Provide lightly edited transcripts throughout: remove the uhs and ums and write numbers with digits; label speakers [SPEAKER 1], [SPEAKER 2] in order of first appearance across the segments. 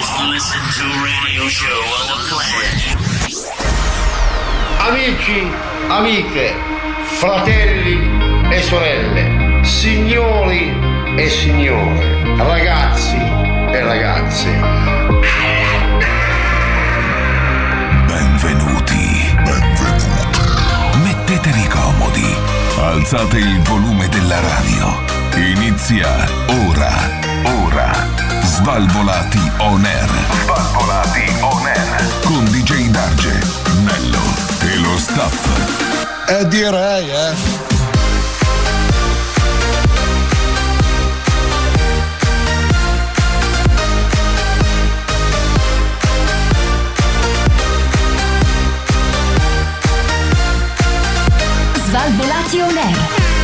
[SPEAKER 1] listen to Radio Show on the planet.
[SPEAKER 2] Amici, amiche, fratelli e sorelle, signori e signore, ragazzi e ragazze.
[SPEAKER 3] Benvenuti. Mettetevi comodi. Alzate il volume della radio. Inizia ora. Svalvolati on air. Con DJ Darge, Nello e lo staff.
[SPEAKER 4] Direi,
[SPEAKER 5] Svalvolati on air.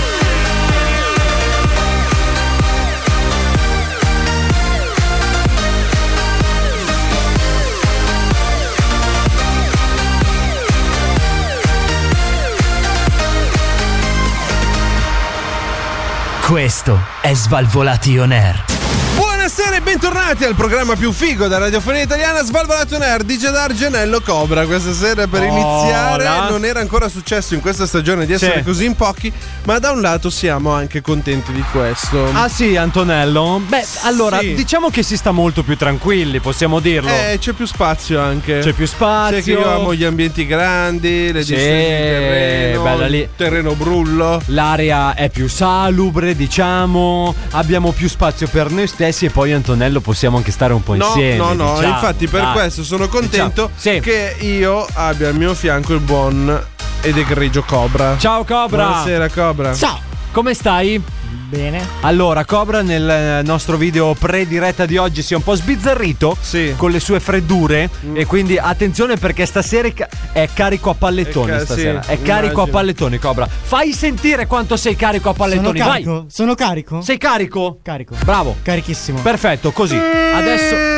[SPEAKER 6] Questo è Svalvolati on air.
[SPEAKER 7] Buonasera e bentornati al programma più figo della radiofonia italiana, Svalvolato on Air, DJ D'Argenello Cobra. Questa sera per iniziare non era ancora successo in questa stagione di essere così in pochi, ma da un lato siamo anche contenti di questo.
[SPEAKER 8] Ah sì, Antonello? Beh, allora diciamo che si sta molto più tranquilli, possiamo dirlo.
[SPEAKER 7] C'è più spazio anche.
[SPEAKER 8] C'è più spazio.
[SPEAKER 7] C'è che io amo gli ambienti grandi, le distanze di terreno,
[SPEAKER 8] bella lì.
[SPEAKER 7] il terreno brullo.
[SPEAKER 8] L'aria è più salubre, diciamo, abbiamo più spazio per noi stessi e poi Antonello possiamo anche stare un po' insieme.
[SPEAKER 7] No,
[SPEAKER 8] diciamo.
[SPEAKER 7] Infatti per questo sono contento che io abbia al mio fianco il buon ed egregio Cobra.
[SPEAKER 8] Ciao Cobra.
[SPEAKER 7] Buonasera Cobra.
[SPEAKER 8] Ciao. Come stai?
[SPEAKER 9] Bene.
[SPEAKER 8] Allora, Cobra nel nostro video pre-diretta di oggi si è un po' sbizzarrito con le sue freddure e quindi attenzione perché stasera è carico a pallettoni stasera. È carico a pallettoni, Cobra. Fai sentire quanto sei carico a pallettoni. Vai.
[SPEAKER 9] Sono carico?
[SPEAKER 8] Sei carico?
[SPEAKER 9] Carico.
[SPEAKER 8] Bravo.
[SPEAKER 9] Carichissimo.
[SPEAKER 8] Perfetto, così. Adesso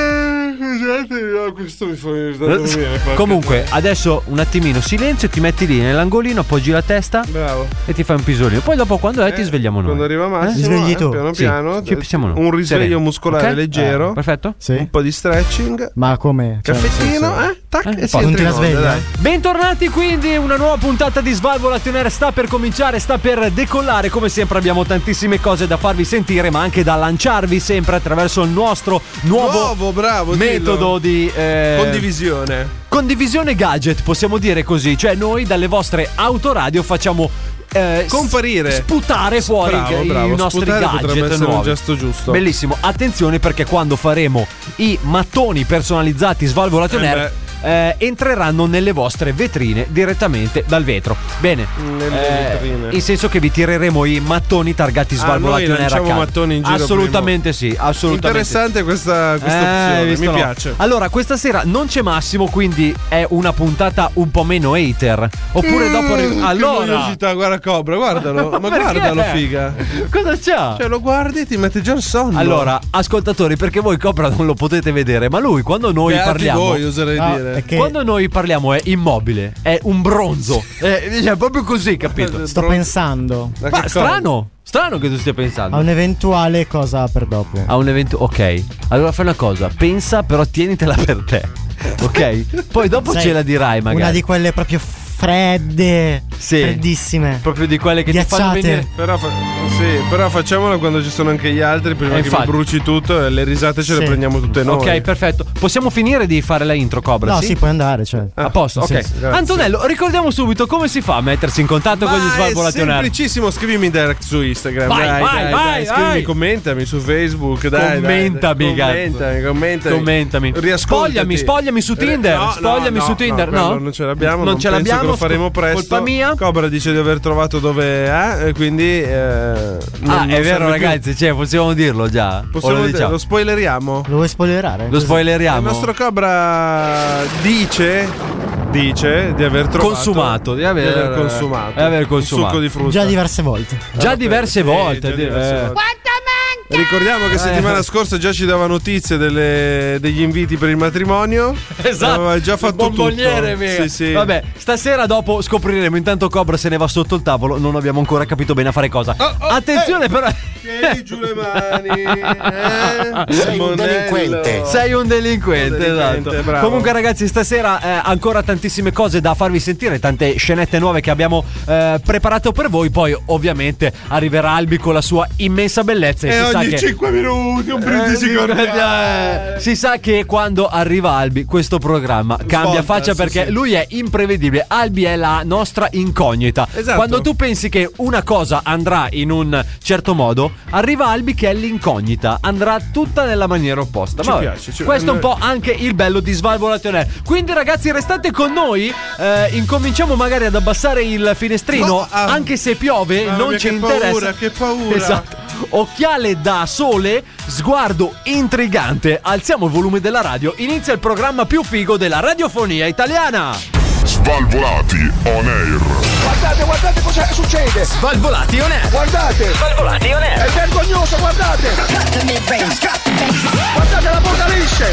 [SPEAKER 7] questo mi fa venire.
[SPEAKER 8] Comunque, adesso un attimino silenzio, ti metti lì nell'angolino, appoggi la testa.
[SPEAKER 7] Bravo.
[SPEAKER 8] E ti fai un pisolino. Poi dopo quando ti svegliamo noi.
[SPEAKER 7] Quando arriva Massimo,
[SPEAKER 9] Ti svegli tu.
[SPEAKER 7] piano piano.
[SPEAKER 8] Ci siamo noi.
[SPEAKER 7] Un risveglio
[SPEAKER 8] Sereno.
[SPEAKER 7] muscolare leggero.
[SPEAKER 8] Perfetto.
[SPEAKER 9] Sì.
[SPEAKER 7] Un po' di stretching.
[SPEAKER 9] Ma come?
[SPEAKER 7] Caffettino, tac, e si
[SPEAKER 9] non
[SPEAKER 7] entra
[SPEAKER 9] ti la
[SPEAKER 7] in onda,
[SPEAKER 9] sveglia?
[SPEAKER 7] dai.
[SPEAKER 8] Bentornati quindi, una nuova puntata di Svalvolati on Air sta per cominciare, sta per decollare. Come sempre abbiamo tantissime cose da farvi sentire, ma anche da lanciarvi sempre attraverso il nostro nuovo
[SPEAKER 7] bravo,
[SPEAKER 8] metodo di condivisione gadget, possiamo dire così. Cioè noi dalle vostre autoradio facciamo
[SPEAKER 7] comparire,
[SPEAKER 8] sputare fuori i nostri gadget
[SPEAKER 7] potrebbe essere
[SPEAKER 8] nuovi.
[SPEAKER 7] un gesto giusto.
[SPEAKER 8] Bellissimo, attenzione perché quando faremo i mattoni personalizzati Svalvolati on Air entreranno nelle vostre vetrine direttamente dal vetro. Bene,
[SPEAKER 7] vetrine.
[SPEAKER 8] in senso che vi tireremo i mattoni targati Svalvolati on Air a casa.
[SPEAKER 7] mattoni in giro
[SPEAKER 8] assolutamente sì, assolutamente.
[SPEAKER 7] Interessante questa opzione, mi piace.
[SPEAKER 8] Allora, questa sera non c'è Massimo, quindi è una puntata un po' meno hater. Oppure dopo allora
[SPEAKER 7] guarda Cobra, guardalo, ma guardalo figa.
[SPEAKER 8] Cosa c'ha?
[SPEAKER 7] Cioè lo guardi e ti mette già il sonno.
[SPEAKER 8] Allora, ascoltatori, perché voi Cobra non lo potete vedere, ma lui quando noi parliamo,
[SPEAKER 7] voi oserei dire.
[SPEAKER 8] quando noi parliamo è immobile, è un bronzo, è proprio così, capito?
[SPEAKER 9] Sto pensando
[SPEAKER 8] Ma strano che tu stia pensando
[SPEAKER 9] a un'eventuale cosa per dopo.
[SPEAKER 8] a un evento. Ok, allora fai una cosa, pensa però tienitela per te, ok? Poi dopo
[SPEAKER 9] Sai,
[SPEAKER 8] ce la dirai magari.
[SPEAKER 9] Una di quelle proprio fredde,
[SPEAKER 8] Sì.
[SPEAKER 9] freddissime,
[SPEAKER 8] proprio di quelle che ti fanno venire.
[SPEAKER 7] Però facciamola quando ci sono anche gli altri, prima che
[SPEAKER 8] infatti.
[SPEAKER 7] mi bruci tutto e le risate ce le prendiamo tutte noi.
[SPEAKER 8] Ok, perfetto. Possiamo finire di fare la intro, Cobra?
[SPEAKER 9] No,
[SPEAKER 8] sì?
[SPEAKER 9] sì, puoi andare, cioè.
[SPEAKER 8] A posto, ok.
[SPEAKER 9] Sì.
[SPEAKER 8] Antonello, ricordiamo subito come si fa a mettersi in contatto con gli Svalvolati on Air.
[SPEAKER 7] È semplicissimo, scrivimi in direct su Instagram.
[SPEAKER 8] Vai,
[SPEAKER 7] scrivimi, commentami su Facebook.
[SPEAKER 8] Commentami.
[SPEAKER 7] Riascoltami.
[SPEAKER 8] Spogliami su Tinder. Spogliami su Tinder. No,
[SPEAKER 7] non ce l'abbiamo.
[SPEAKER 8] Non ce l'abbiamo.
[SPEAKER 7] Lo faremo presto.
[SPEAKER 8] Colpa mia.
[SPEAKER 7] Cobra dice di aver trovato dove è, quindi. Non
[SPEAKER 8] è vero,
[SPEAKER 7] serve
[SPEAKER 8] ragazzi. Cioè, possiamo dirlo già.
[SPEAKER 7] Lo spoileriamo.
[SPEAKER 9] Lo vuoi spoilerare?
[SPEAKER 8] Lo spoileriamo.
[SPEAKER 7] Il nostro Cobra dice di aver trovato
[SPEAKER 8] consumato. Di aver consumato.
[SPEAKER 7] un succo di frutta.
[SPEAKER 9] Già diverse volte.
[SPEAKER 8] Già diverse volte.
[SPEAKER 7] Ricordiamo che settimana scorsa già ci dava notizie degli inviti per il matrimonio.
[SPEAKER 8] Esatto.
[SPEAKER 7] Aveva già fatto tutto. Sì.
[SPEAKER 8] Vabbè, stasera dopo scopriremo. Intanto Cobra se ne va sotto il tavolo. Non abbiamo ancora capito bene a fare cosa. Attenzione però.
[SPEAKER 7] Tieni giù le mani.
[SPEAKER 2] Sei un delinquente.
[SPEAKER 8] Sei un delinquente, esatto.
[SPEAKER 7] Bravo.
[SPEAKER 8] Comunque, ragazzi, stasera ancora tantissime cose da farvi sentire, tante scenette nuove che abbiamo preparato per voi. Poi, ovviamente, arriverà Albi con la sua immensa bellezza.
[SPEAKER 7] E ogni
[SPEAKER 8] che
[SPEAKER 7] 5 minuti un brindisi cordiale.
[SPEAKER 8] si sa che quando arriva Albi questo programma cambia faccia, perché lui è imprevedibile. Albi è la nostra incognita.
[SPEAKER 7] Esatto.
[SPEAKER 8] Quando tu pensi che una cosa andrà in un certo modo, arriva Albi che è l'incognita, andrà tutta nella maniera opposta.
[SPEAKER 7] Ci
[SPEAKER 8] Ma
[SPEAKER 7] piace,
[SPEAKER 8] questo è un po' anche il bello di Svalvolation Air. Quindi, ragazzi, restate con noi. Incominciamo magari ad abbassare il finestrino, anche se piove, non ci interessa.
[SPEAKER 7] Che paura.
[SPEAKER 8] Esatto. Occhiale da sole, sguardo intrigante. Alziamo il volume della radio. Inizia il programma più figo della radiofonia italiana.
[SPEAKER 3] Svalvolati on air.
[SPEAKER 4] Guardate cosa succede.
[SPEAKER 6] Svalvolati on air.
[SPEAKER 4] Guardate.
[SPEAKER 6] Svalvolati on air.
[SPEAKER 4] È vergognoso, guardate. Guardate l'apocalisse.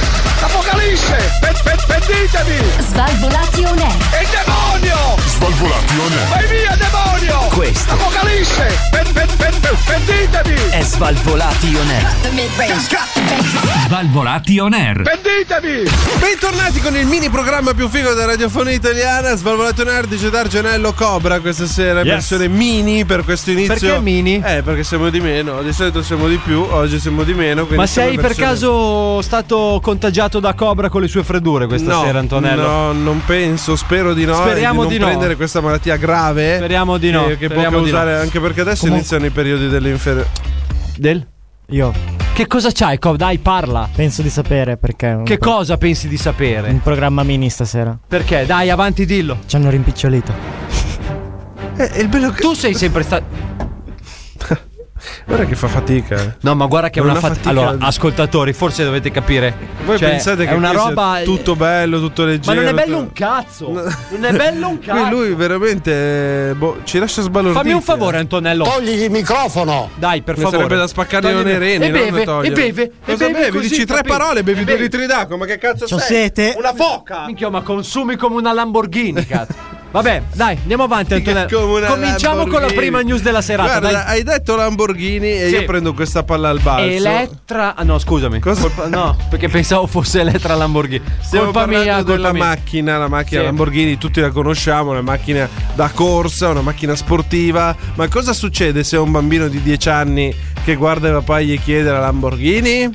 [SPEAKER 4] Pentitevi.
[SPEAKER 5] Svalvolati on air.
[SPEAKER 4] È il demonio.
[SPEAKER 3] Svalvolati on air.
[SPEAKER 4] Vai via, demonio.
[SPEAKER 6] Questo
[SPEAKER 4] Apocalisse. Pentitevi.
[SPEAKER 6] è Svalvolati on air. Svalvolati on air.
[SPEAKER 4] Pentitevi.
[SPEAKER 7] Bentornati con il mini programma più figo della radiofonia italiana. Svalvolato Nerd, DJ Dargenello Cobra questa sera in versione mini per questo inizio.
[SPEAKER 8] Perché mini?
[SPEAKER 7] Perché siamo di meno. Di solito siamo di più, oggi siamo di meno.
[SPEAKER 8] Ma sei per
[SPEAKER 7] versione...
[SPEAKER 8] caso stato contagiato da Cobra con le sue freddure questa sera, Antonello?
[SPEAKER 7] No, non penso, spero di no.
[SPEAKER 8] Speriamo
[SPEAKER 7] di non prendere questa malattia grave.
[SPEAKER 8] Speriamo di no.
[SPEAKER 7] Che può causare, anche perché adesso iniziano i periodi dell'inferno.
[SPEAKER 9] Io
[SPEAKER 8] Che cosa c'hai, Cob? Dai, parla.
[SPEAKER 9] penso di sapere perché.
[SPEAKER 8] Che cosa pensi di sapere?
[SPEAKER 9] Un programma mini stasera.
[SPEAKER 8] Perché? Dai, avanti, dillo.
[SPEAKER 9] Ci hanno rimpicciolito.
[SPEAKER 7] Il bello che...
[SPEAKER 8] Tu sei sempre stato...
[SPEAKER 7] Guarda che fa fatica.
[SPEAKER 8] No, ma guarda che è
[SPEAKER 7] Non
[SPEAKER 8] una
[SPEAKER 7] una
[SPEAKER 8] fatica.
[SPEAKER 7] fatica.
[SPEAKER 8] Allora, ascoltatori, forse dovete capire.
[SPEAKER 7] Voi
[SPEAKER 8] Cioè,
[SPEAKER 7] pensate che
[SPEAKER 8] è una
[SPEAKER 7] qui sia
[SPEAKER 8] roba
[SPEAKER 7] tutto bello, tutto leggero.
[SPEAKER 8] Ma non è bello un
[SPEAKER 7] tutto-
[SPEAKER 8] cazzo. Non è bello un cazzo.
[SPEAKER 7] Qui lui veramente ci lascia sbalordire.
[SPEAKER 8] Fammi un favore, Antonello.
[SPEAKER 2] Togli il microfono.
[SPEAKER 8] Dai, per
[SPEAKER 7] Mi
[SPEAKER 8] favore.
[SPEAKER 7] sarebbe da spaccargli
[SPEAKER 8] Togli-
[SPEAKER 7] le reni,
[SPEAKER 8] E
[SPEAKER 7] non da
[SPEAKER 8] beve,
[SPEAKER 7] togliere.
[SPEAKER 8] e beve.
[SPEAKER 7] Cosa
[SPEAKER 8] e beve
[SPEAKER 7] bevi?
[SPEAKER 8] così,
[SPEAKER 7] Dici tre
[SPEAKER 8] capito?
[SPEAKER 7] parole, bevi
[SPEAKER 8] E
[SPEAKER 7] 2 litri d'acqua. Ma che cazzo
[SPEAKER 9] C'ho
[SPEAKER 7] sei?
[SPEAKER 9] sete.
[SPEAKER 7] Una foca.
[SPEAKER 8] Minchia, ma consumi come una Lamborghini, cazzo. Vabbè, dai, andiamo avanti, Antonello.
[SPEAKER 7] Come una
[SPEAKER 8] Cominciamo con la
[SPEAKER 7] Lamborghini.
[SPEAKER 8] prima news della serata.
[SPEAKER 7] Guarda,
[SPEAKER 8] dai.
[SPEAKER 7] hai detto Lamborghini e
[SPEAKER 8] Sì.
[SPEAKER 7] io prendo questa palla al balzo.
[SPEAKER 8] Elettra. Ah, no, scusami.
[SPEAKER 7] Cosa?
[SPEAKER 8] No, perché pensavo fosse Elettra Lamborghini.
[SPEAKER 7] Stiamo
[SPEAKER 8] Colpa
[SPEAKER 7] parlando
[SPEAKER 8] mia,
[SPEAKER 7] della
[SPEAKER 8] colpa mia.
[SPEAKER 7] macchina, la macchina
[SPEAKER 8] Sì.
[SPEAKER 7] Lamborghini, tutti la conosciamo, una macchina da corsa, una macchina sportiva. Ma cosa succede se un bambino di 10 anni che guarda il papà e gli chiede la Lamborghini?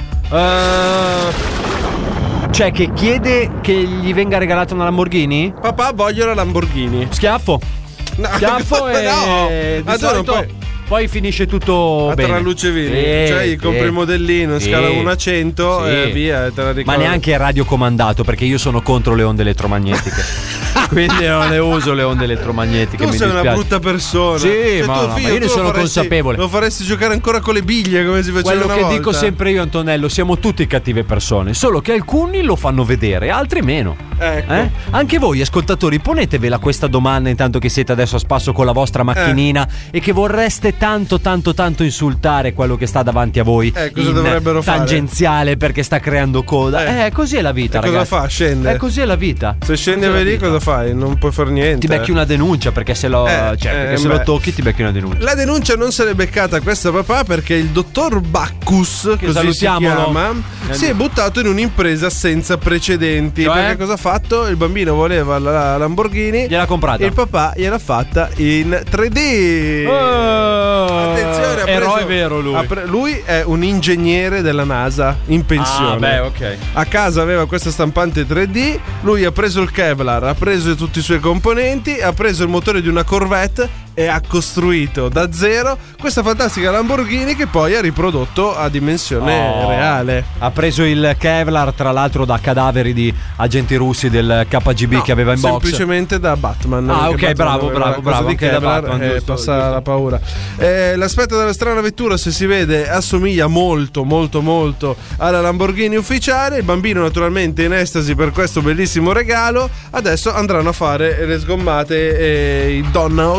[SPEAKER 8] Cioè, che chiede che gli venga regalata una Lamborghini?
[SPEAKER 7] Papà, voglio la Lamborghini.
[SPEAKER 8] Schiaffo.
[SPEAKER 7] No,
[SPEAKER 8] Schiaffo e
[SPEAKER 7] no.
[SPEAKER 8] di
[SPEAKER 7] Ma tu non
[SPEAKER 8] solito
[SPEAKER 7] puoi-
[SPEAKER 8] poi finisce tutto
[SPEAKER 7] a
[SPEAKER 8] bene.
[SPEAKER 7] tralucevini,
[SPEAKER 8] Sì,
[SPEAKER 7] cioè gli compri
[SPEAKER 8] sì.
[SPEAKER 7] il modellino in
[SPEAKER 8] Sì.
[SPEAKER 7] scala 1 a 100
[SPEAKER 8] Sì.
[SPEAKER 7] e via, te la
[SPEAKER 8] Ma
[SPEAKER 7] ricordi.
[SPEAKER 8] neanche radiocomandato, perché io sono contro le onde elettromagnetiche. Quindi non le uso le onde elettromagnetiche.
[SPEAKER 7] Tu
[SPEAKER 8] mi
[SPEAKER 7] sei
[SPEAKER 8] dispiace.
[SPEAKER 7] una brutta persona.
[SPEAKER 8] Sì,
[SPEAKER 7] Cioè,
[SPEAKER 8] ma
[SPEAKER 7] tuo
[SPEAKER 8] no,
[SPEAKER 7] figlio,
[SPEAKER 8] ma io ne
[SPEAKER 7] tu lo
[SPEAKER 8] sono
[SPEAKER 7] faresti-
[SPEAKER 8] consapevole.
[SPEAKER 7] Lo faresti giocare ancora con le biglie come si faceva
[SPEAKER 8] Quello
[SPEAKER 7] una
[SPEAKER 8] che
[SPEAKER 7] volta.
[SPEAKER 8] dico sempre io, Antonello, siamo tutti cattive persone, solo che alcuni lo fanno vedere, altri meno.
[SPEAKER 7] Ecco.
[SPEAKER 8] Anche voi, ascoltatori, ponetevela questa domanda intanto che siete adesso a spasso con la vostra macchinina e che vorreste tanto insultare quello che sta davanti a voi
[SPEAKER 7] Cosa
[SPEAKER 8] in
[SPEAKER 7] dovrebbero fare?
[SPEAKER 8] tangenziale perché sta creando coda. Così è la vita,
[SPEAKER 7] E cosa
[SPEAKER 8] ragazzi.
[SPEAKER 7] fa? Scende?
[SPEAKER 8] Così è la vita.
[SPEAKER 7] Se scendi a
[SPEAKER 8] Così è la
[SPEAKER 7] lì
[SPEAKER 8] vita.
[SPEAKER 7] cosa fai? Non puoi fare niente.
[SPEAKER 8] Ti becchi una denuncia perché se lo, perché se lo
[SPEAKER 7] beh.
[SPEAKER 8] tocchi ti becchi una denuncia.
[SPEAKER 7] La denuncia non se l'è beccata questa papà perché il dottor Bacchus,
[SPEAKER 8] Che
[SPEAKER 7] così si
[SPEAKER 8] salutiamolo.
[SPEAKER 7] chiama, si è buttato in un'impresa senza precedenti.
[SPEAKER 8] Cioè?
[SPEAKER 7] Perché cosa ha fatto? Il bambino voleva la Lamborghini.
[SPEAKER 8] Gliel'ha comprata.
[SPEAKER 7] E il papà gliel'ha fatta in 3D. Attenzione, ha
[SPEAKER 8] eroe
[SPEAKER 7] preso-
[SPEAKER 8] vero lui.
[SPEAKER 7] lui è un ingegnere della NASA in pensione.
[SPEAKER 8] Ah, beh, ok.
[SPEAKER 7] A casa aveva questa stampante 3D. Lui ha preso il Kevlar, ha preso tutti i suoi componenti, ha preso il motore di una Corvette e ha costruito da zero questa fantastica Lamborghini che poi ha riprodotto a dimensione reale.
[SPEAKER 8] Ha preso il Kevlar, tra l'altro, da cadaveri di agenti russi del KGB che aveva in box.
[SPEAKER 7] Semplicemente da Batman.
[SPEAKER 8] Ah,
[SPEAKER 7] perché
[SPEAKER 8] ok,
[SPEAKER 7] Batman
[SPEAKER 8] bravo,
[SPEAKER 7] aveva
[SPEAKER 8] bravo,
[SPEAKER 7] una cosa
[SPEAKER 8] bravo,
[SPEAKER 7] di
[SPEAKER 8] anche da
[SPEAKER 7] Kevlar,
[SPEAKER 8] Batman, giusto,
[SPEAKER 7] passa
[SPEAKER 8] giusto.
[SPEAKER 7] la paura. L'aspetto della strana vettura, se si vede, assomiglia molto alla Lamborghini ufficiale. Il bambino naturalmente in estasi per questo bellissimo regalo. Adesso andranno a fare le sgommate e i donouts
[SPEAKER 8] Nei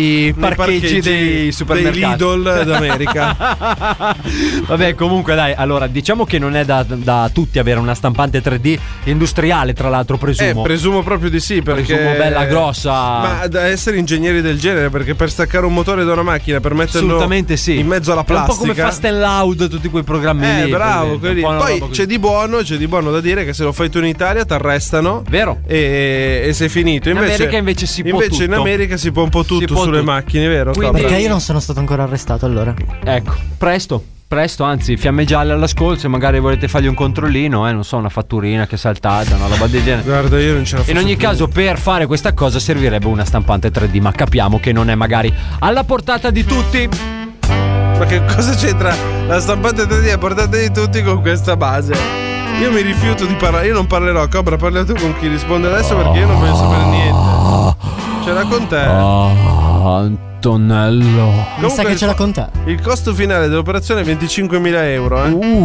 [SPEAKER 8] nei parcheggi dei supermercati,
[SPEAKER 7] dei Lidl d'America.
[SPEAKER 8] Vabbè, comunque dai, allora diciamo che non è da tutti avere una stampante 3D industriale, tra l'altro, presumo.
[SPEAKER 7] Presumo proprio di sì, perché
[SPEAKER 8] presumo bella grossa.
[SPEAKER 7] Ma da essere ingegneri del genere, perché per staccare un motore da una macchina, per metterlo
[SPEAKER 8] assolutamente sì,
[SPEAKER 7] in mezzo alla plastica,
[SPEAKER 8] è un po' come Fast and Loud, tutti quei programmi lì.
[SPEAKER 7] Bravo, poi c'è di buono da dire che se lo fai tu in Italia ti arrestano.
[SPEAKER 8] Vero?
[SPEAKER 7] E sei finito.
[SPEAKER 8] In America invece si può tutto.
[SPEAKER 7] In America si può un po' tutto sulle macchine, vero?
[SPEAKER 8] Quindi...
[SPEAKER 9] Perché io non sono stato ancora arrestato allora.
[SPEAKER 8] Ecco, presto, anzi, fiamme gialle all'ascolto, se magari volete fargli un controllino, non so, una fatturina che è saltata, una roba del genere.
[SPEAKER 7] Guarda, io non ce la faccio.
[SPEAKER 8] In ogni caso, per fare questa cosa servirebbe una stampante 3D, ma capiamo che non è magari alla portata di tutti.
[SPEAKER 7] Ma che cosa c'entra la stampante 3D a portata di tutti con questa base? Io mi rifiuto di parlare, io non parlerò. Cobra, parla tu con chi risponde adesso, perché io non voglio sapere niente. Ce l'ha con te.
[SPEAKER 8] Antonello.
[SPEAKER 9] Mi sa che ce l'ha con te.
[SPEAKER 7] Il costo finale dell'operazione è 25.000 euro.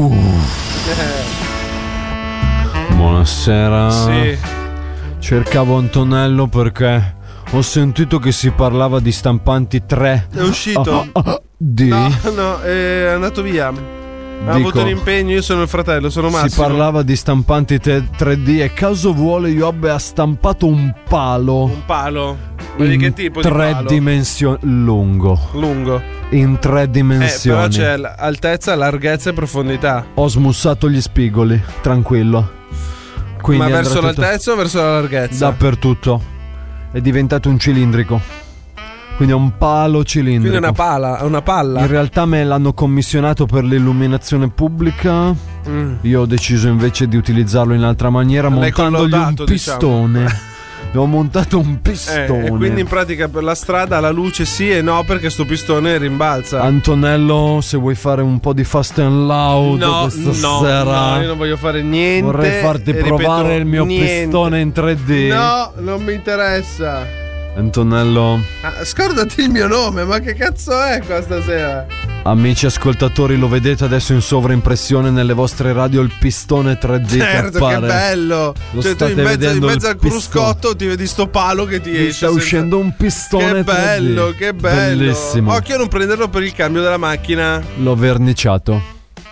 [SPEAKER 8] Buonasera.
[SPEAKER 7] Sì.
[SPEAKER 8] Cercavo Antonello perché ho sentito che si parlava di stampanti 3.
[SPEAKER 7] È uscito. No, è andato via. Ha avuto un impegno, io sono il fratello, sono Massimo.
[SPEAKER 8] Si parlava di stampanti 3D e caso vuole io abbia stampato un palo.
[SPEAKER 7] Un palo? Ma di che tipo di palo?
[SPEAKER 8] 3 dimensioni. Lungo. In 3 dimensioni.
[SPEAKER 7] Però c'è altezza, larghezza e profondità.
[SPEAKER 8] Ho smussato gli spigoli, tranquillo. Quindi
[SPEAKER 7] ma verso l'altezza o verso la larghezza?
[SPEAKER 8] Dappertutto. È diventato un cilindrico. Quindi è un palo cilindrico.
[SPEAKER 7] Quindi una palla.
[SPEAKER 8] In realtà me l'hanno commissionato per l'illuminazione pubblica. Io ho deciso invece di utilizzarlo in altra maniera, montandogli un pistone. Diciamo. Ho montato un pistone.
[SPEAKER 7] E quindi in pratica per la strada la luce sì e no, perché sto pistone rimbalza.
[SPEAKER 8] Antonello, se vuoi fare un po' di Fast and Loud questa sera.
[SPEAKER 7] No, io non voglio fare niente.
[SPEAKER 8] Vorrei farti provare il mio pistone in 3D.
[SPEAKER 7] No, non mi interessa.
[SPEAKER 8] Antonello,
[SPEAKER 7] scordati il mio nome, ma che cazzo è qua stasera?
[SPEAKER 8] Amici ascoltatori, lo vedete adesso in sovraimpressione nelle vostre radio il pistone 3D.
[SPEAKER 7] Certo, che bello. Cioè tu in mezzo al cruscotto ti vedi sto palo che ti esce.
[SPEAKER 8] Sta uscendo un pistone
[SPEAKER 7] che bello,
[SPEAKER 8] 3D.
[SPEAKER 7] Che bello.
[SPEAKER 8] Bellissimo.
[SPEAKER 7] Occhio a non prenderlo per il cambio della macchina.
[SPEAKER 8] L'ho verniciato.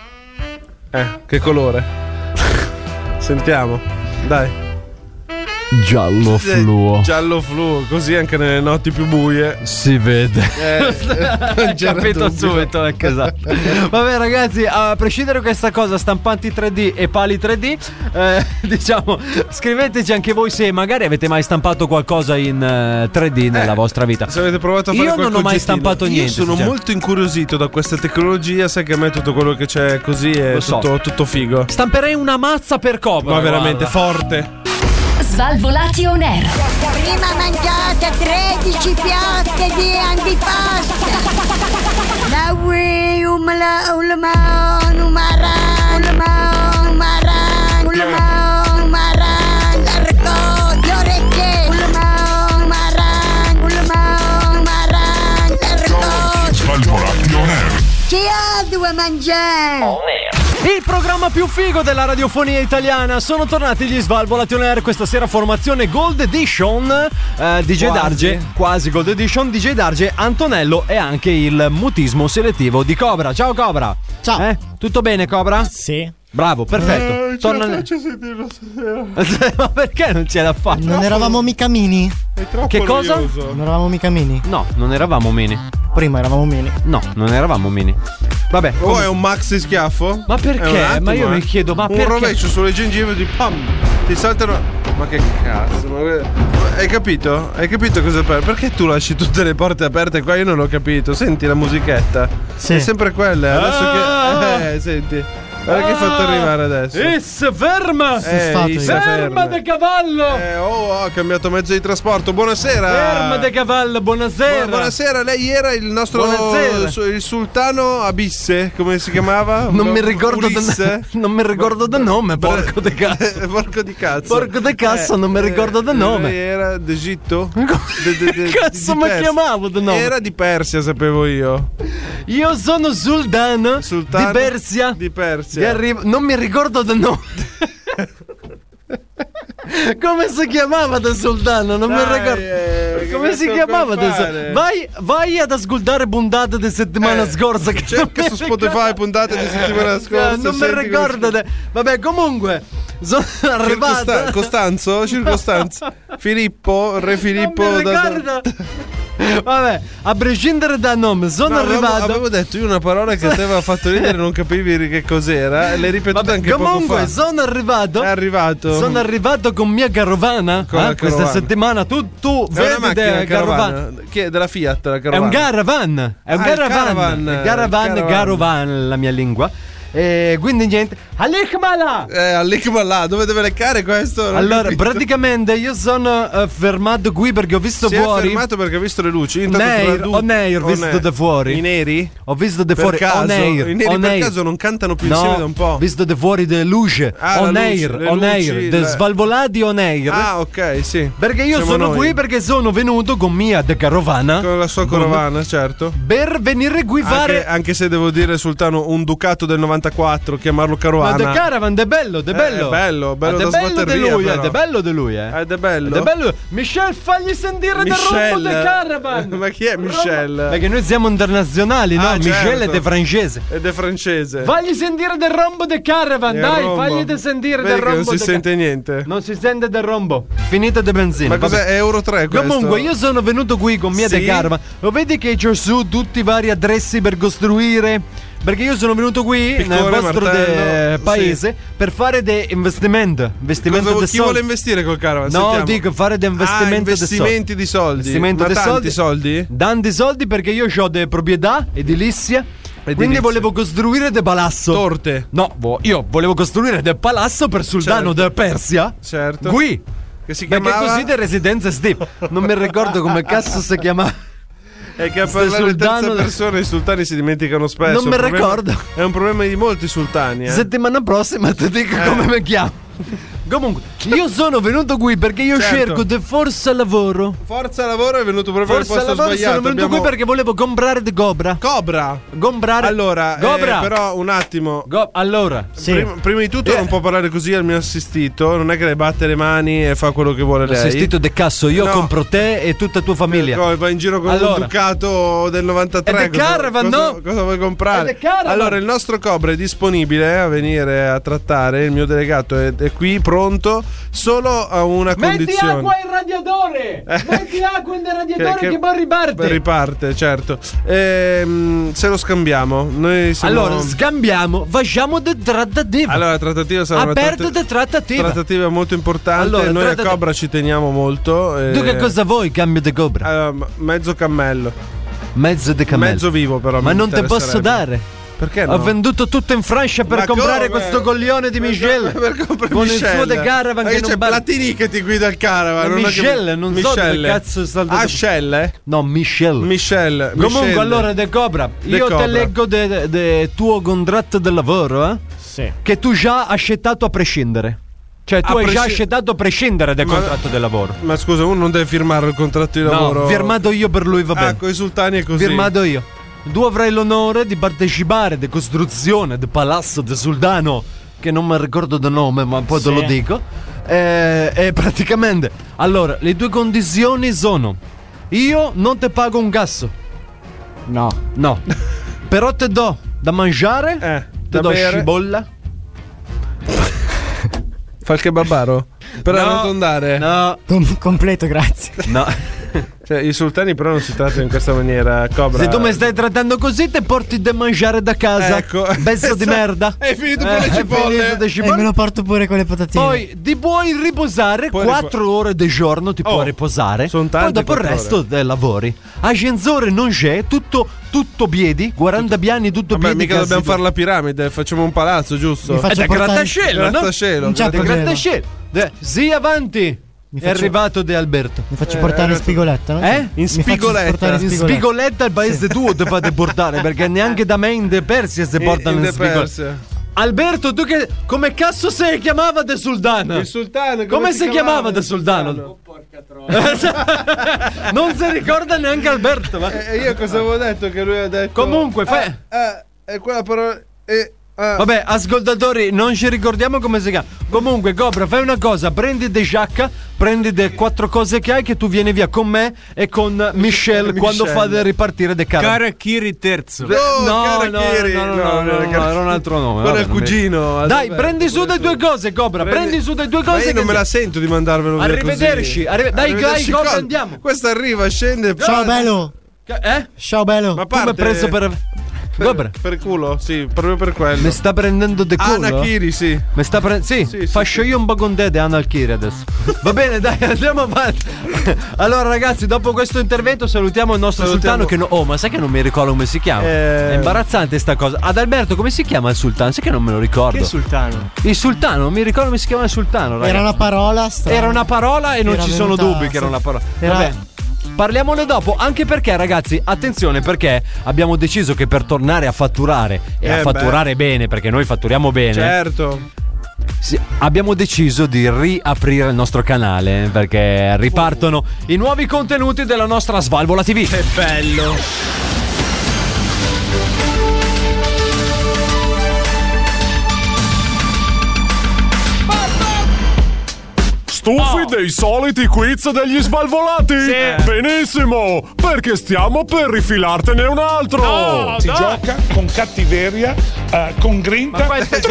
[SPEAKER 7] Che colore? Sentiamo. Dai.
[SPEAKER 8] Giallo fluo,
[SPEAKER 7] così anche nelle notti più buie
[SPEAKER 8] si vede.
[SPEAKER 7] Capito subito,
[SPEAKER 8] esatto. Vabbè ragazzi, a prescindere da questa cosa, stampanti 3D e pali 3D, diciamo, scriveteci anche voi se magari avete mai stampato qualcosa in 3D nella vostra vita.
[SPEAKER 7] Se avete provato a fare
[SPEAKER 8] io non ho mai stampato niente.
[SPEAKER 7] Io sono molto incuriosito da questa tecnologia, sai che a me tutto quello che c'è così è tutto figo.
[SPEAKER 8] Stamperei una mazza per Cobra.
[SPEAKER 7] Ma veramente forte.
[SPEAKER 5] Svalvolati on air.
[SPEAKER 10] Prima mangiate 13 piatte di antipasto. La ui umla ulma numara l'arco le orecchie l'arco.
[SPEAKER 3] Svalvolati on air.
[SPEAKER 10] Chi ha due mangiare?
[SPEAKER 8] Il programma più figo della radiofonia italiana. Sono tornati gli Svalvolati on air. Questa sera formazione Gold Edition, DJ Darge, quasi Gold Edition, DJ Darge, Antonello e anche il mutismo selettivo di Cobra. Ciao Cobra.
[SPEAKER 9] Ciao.
[SPEAKER 8] Tutto bene Cobra?
[SPEAKER 9] Sì.
[SPEAKER 8] Bravo, perfetto.
[SPEAKER 7] Torna. Faccio sentirlo stasera.
[SPEAKER 8] Ma perché non c'è da fare?
[SPEAKER 9] Non eravamo mica mini?
[SPEAKER 7] È troppo
[SPEAKER 8] che cosa?
[SPEAKER 7] noioso.
[SPEAKER 9] Non eravamo mica mini?
[SPEAKER 8] No, non eravamo mini.
[SPEAKER 9] Prima eravamo mini.
[SPEAKER 8] No, non eravamo mini. Vabbè.
[SPEAKER 7] È un maxi schiaffo?
[SPEAKER 8] Ma perché?
[SPEAKER 7] Attimo,
[SPEAKER 8] ma io mi chiedo, ma perché?
[SPEAKER 7] Un rovescio sulle gengive di pam. Ti saltano. Ma che cazzo? Hai capito? Hai capito cosa per? Perché tu lasci tutte le porte aperte qua? Io non ho capito. Senti la musichetta?
[SPEAKER 9] Sì.
[SPEAKER 7] È sempre quella. Adesso che. Senti. Guarda che hai fatto arrivare adesso.
[SPEAKER 8] Ferma! Ferma de cavallo!
[SPEAKER 7] Ho cambiato mezzo di trasporto. Buonasera.
[SPEAKER 8] Ferma de cavallo, buonasera.
[SPEAKER 7] Buonasera, lei era il nostro il sultano Abisse, come si chiamava?
[SPEAKER 8] Non mi ricordo del nome, porco de cazzo.
[SPEAKER 7] Porco di cazzo.
[SPEAKER 8] Porco de cazzo, non mi ricordo del nome.
[SPEAKER 7] Lei era d'Egitto?
[SPEAKER 8] Cazzo mi chiamavo del nome?
[SPEAKER 7] Era di Persia, sapevo io.
[SPEAKER 8] Io sono sultano di Persia.
[SPEAKER 7] Di Persia.
[SPEAKER 8] Non mi ricordo del nome. Come si chiamava del sultano? Non mi ricordo. Come si chiamava adesso? Vai ad ascoltare puntate di settimana scorsa. Che
[SPEAKER 7] cerca su Spotify puntate di settimana scorsa.
[SPEAKER 8] Non mi ricordo. Vabbè, comunque sono arrivato.
[SPEAKER 7] Costanzo? Filippo? Re Filippo?
[SPEAKER 8] Non mi ricordo. Vabbè, a prescindere dal nome, sono arrivato.
[SPEAKER 7] Avevo detto io una parola che ti aveva fatto ridere, non capivi che cos'era. L'hai ripetuta anche poco fa.
[SPEAKER 8] Comunque, sono arrivato.
[SPEAKER 7] È arrivato.
[SPEAKER 8] Sono arrivato con mia carovana. Questa settimana. Tu vedi la carovana.
[SPEAKER 7] Che è della Fiat la carovana?
[SPEAKER 8] È un caravan. È un caravan, la mia lingua. Quindi niente.
[SPEAKER 7] Alikmala, dove deve leccare questo?
[SPEAKER 8] Allora, praticamente io sono fermato qui perché ho visto fuori.
[SPEAKER 7] Si è fermato perché ho visto le luci.
[SPEAKER 8] Ho visto da fuori.
[SPEAKER 7] I neri?
[SPEAKER 8] Ho visto da fuori.
[SPEAKER 7] I neri per caso non cantano più insieme da un po'.
[SPEAKER 8] Ho visto da fuori delle luci. On air, svalvolati on air.
[SPEAKER 7] Ah, ok, sì.
[SPEAKER 8] Perché io sono qui perché sono venuto con mia de carovana.
[SPEAKER 7] Con la sua carovana, certo.
[SPEAKER 8] Per venire qui fare.
[SPEAKER 7] Anche se devo dire, Sultano, un Ducato del 94, chiamarlo carovana.
[SPEAKER 8] Ma The Caravan è bello.
[SPEAKER 7] È bello da sbattere via.
[SPEAKER 8] È bello di lui,
[SPEAKER 7] Ed è bello.
[SPEAKER 8] Michel, fagli sentire del rombo The Caravan.
[SPEAKER 7] Ma chi è Michel?
[SPEAKER 8] Perché noi siamo internazionali, no?
[SPEAKER 7] Certo.
[SPEAKER 8] Michel è francese.
[SPEAKER 7] Ed è francese.
[SPEAKER 8] Fagli sentire del rombo The Caravan, dai, fagli sentire del rombo.
[SPEAKER 7] Non si sente niente.
[SPEAKER 8] Non si sente del rombo. Finita di benzina.
[SPEAKER 7] Ma cos'è? È Euro 3 questo?
[SPEAKER 8] Comunque io sono venuto qui con mia The Caravan. Lo vedi che c'ho su tutti i vari addressi per costruire? Perché io sono venuto qui nel vostro paese per fare dei investimenti.
[SPEAKER 7] Chi vuole investire col caravan?
[SPEAKER 8] No,
[SPEAKER 7] Sentiamo.
[SPEAKER 8] dico fare dei
[SPEAKER 7] investimenti di soldi. Ma tanti soldi?
[SPEAKER 8] Tanti soldi perché io ho delle proprietà edilizia. Quindi volevo costruire del palazzo.
[SPEAKER 7] Torte?
[SPEAKER 8] No, io volevo costruire del palazzo per Sultano della Persia.
[SPEAKER 7] Certo.
[SPEAKER 8] Qui.
[SPEAKER 7] Che si chiamava?
[SPEAKER 8] Perché così di residenza Steve. Non mi ricordo come cazzo si chiamava.
[SPEAKER 7] È che a parlare in terza persona i sultani si dimenticano spesso.
[SPEAKER 8] Non mi ricordo.
[SPEAKER 7] È un problema di molti sultani.
[SPEAKER 8] Settimana prossima ti dico come mi chiamo. Comunque, io sono venuto qui perché io cerco di forza lavoro.
[SPEAKER 7] Forza lavoro è venuto proprio al posto sbagliato.
[SPEAKER 8] Sono venuto qui perché volevo comprare di Cobra. Comprare.
[SPEAKER 7] Allora, però un attimo.
[SPEAKER 8] Allora,
[SPEAKER 7] prima di tutto non può parlare così al mio assistito. Non è che le batte le mani e fa quello che vuole lei.
[SPEAKER 8] Assistito de cazzo, io compro te e tutta tua famiglia.
[SPEAKER 7] Vai in giro con un Ducato del 93. Cosa vuoi comprare? Allora, il nostro Cobra è disponibile a venire a trattare. Il mio delegato è qui pronto solo a una condizione.
[SPEAKER 8] Metti acqua in radiatore. Metti acqua in radiatore che poi riparte.
[SPEAKER 7] Riparte, certo. Se lo scambiamo, noi siamo...
[SPEAKER 8] Allora, scambiamo, facciamo de trattativa.
[SPEAKER 7] Allora, la trattativa sarà
[SPEAKER 8] aperta de trattativa.
[SPEAKER 7] Trattativa molto importante. Allora, noi a Cobra ci teniamo molto.
[SPEAKER 8] Tu che cosa vuoi, cambio di Cobra?
[SPEAKER 7] Mezzo cammello.
[SPEAKER 8] Mezzo di cammello.
[SPEAKER 7] Mezzo vivo, però.
[SPEAKER 8] Ma non te posso dare.
[SPEAKER 7] Perché no?
[SPEAKER 8] Ho venduto tutto in Francia per comprare questo coglione di Michel. Con il suo The Caravan che non
[SPEAKER 7] c'è Platini che ti guida il caravan.
[SPEAKER 8] Michel, non so dove cazzo sta il
[SPEAKER 7] Michel?
[SPEAKER 8] No, Michel. Comunque allora De Cobra, io te leggo del tuo contratto di lavoro,
[SPEAKER 9] Sì.
[SPEAKER 8] Che tu già hai accettato a prescindere. Cioè tu hai già accettato a prescindere dal contratto di lavoro.
[SPEAKER 7] Ma scusa, uno non deve firmare il contratto di lavoro.
[SPEAKER 8] No, firmato io per lui, va bene.
[SPEAKER 7] Con i sultani è così.
[SPEAKER 8] Firmato io. Tu avrai l'onore di partecipare alla costruzione del palazzo del Sultano, che non mi ricordo del nome, ma poi te lo dico. E praticamente, allora, le tue condizioni sono: io non ti pago un gas.
[SPEAKER 9] No.
[SPEAKER 8] Però ti do da mangiare, ti do
[SPEAKER 7] bere.
[SPEAKER 8] scibolla.
[SPEAKER 7] Fa il kebabaro? Per arrotondare?
[SPEAKER 8] No.
[SPEAKER 9] Completo, grazie.
[SPEAKER 8] No.
[SPEAKER 7] Cioè, i sultani però non si trattano in questa maniera, Cobra.
[SPEAKER 8] Se tu mi stai trattando così, ti porti da mangiare da casa.
[SPEAKER 7] Ecco.
[SPEAKER 8] Pezzo di merda.
[SPEAKER 7] È finito con le cipolle.
[SPEAKER 9] E me lo porto pure con le patatine.
[SPEAKER 8] Poi ti puoi riposare 4 ore di giorno, ti puoi riposare.
[SPEAKER 7] Sono tante.
[SPEAKER 8] Poi dopo il resto lavori. Ascensore non c'è, tutto piedi, 40 piani, tutto piedi.
[SPEAKER 7] Mica dobbiamo fare la piramide, facciamo un palazzo, giusto?
[SPEAKER 8] È da grattacielo, no?
[SPEAKER 7] Grattacielo.
[SPEAKER 8] Sì, avanti. È arrivato De Alberto.
[SPEAKER 9] Mi faccio portare in Spigoletta, no?
[SPEAKER 7] In Spigoletta.
[SPEAKER 8] In Spigoletta il paese tuo ti fate portare, perché neanche da me in De Persia si portano in Spigoletta. Alberto, tu che come cazzo si chiamava De Sultano?
[SPEAKER 7] Il sultano.
[SPEAKER 8] Come si chiamava De Sultano? Porca troia. Non si ricorda neanche Alberto.
[SPEAKER 7] Io cosa avevo detto che lui ha detto?
[SPEAKER 8] Comunque,
[SPEAKER 7] è quella parola.
[SPEAKER 8] Vabbè, ascoltatori, non ci ricordiamo come si chiama. Comunque, Cobra, fai una cosa: prendi De Giacca, prendi le 4 cose che hai, che tu vieni via con me e con Michelle quando fate ripartire De
[SPEAKER 7] Karakiri terzo.
[SPEAKER 8] No, era un altro nome.
[SPEAKER 7] Quello è il cugino.
[SPEAKER 8] Dai, prendi su le 2 cose, Cobra. Prendi su le 2 cose.
[SPEAKER 7] Ma io non me la sento di mandarvelo via.
[SPEAKER 8] Arrivederci. Dai, Cobra, andiamo.
[SPEAKER 7] Questo arriva, scende.
[SPEAKER 9] Ciao bello. Ciao bello.
[SPEAKER 7] Ma
[SPEAKER 8] come preso per
[SPEAKER 7] culo? Sì, proprio per quello.
[SPEAKER 8] Mi sta prendendo de culo?
[SPEAKER 7] Anakiri, sì.
[SPEAKER 8] Mi sta sì, faccio io un po' con te di Anakiri adesso. Va bene, dai, andiamo avanti. Allora ragazzi, dopo questo intervento salutiamo il nostro sultano che ma sai che non mi ricordo come si chiama? È imbarazzante sta cosa. Adalberto, come si chiama il sultano? Sai che non me lo ricordo.
[SPEAKER 9] Che sultano?
[SPEAKER 8] Il sultano, non mi ricordo come si chiama il sultano, ragazzi.
[SPEAKER 9] Era una parola strana.
[SPEAKER 8] Era una parola e non ci sono dubbi che era una parola. Vabbè. Parliamone dopo, anche perché ragazzi, attenzione, perché abbiamo deciso che per tornare a fatturare e a fatturare bene, perché noi fatturiamo bene.
[SPEAKER 7] Certo.
[SPEAKER 8] Abbiamo deciso di riaprire il nostro canale, perché ripartono i nuovi contenuti della nostra Svalvola TV.
[SPEAKER 7] Che bello.
[SPEAKER 11] Stufi dei soliti quiz degli svalvolati?
[SPEAKER 12] Sì.
[SPEAKER 11] Benissimo, perché stiamo per rifilartene un altro.
[SPEAKER 12] Si gioca con cattiveria, con grinta. 300.000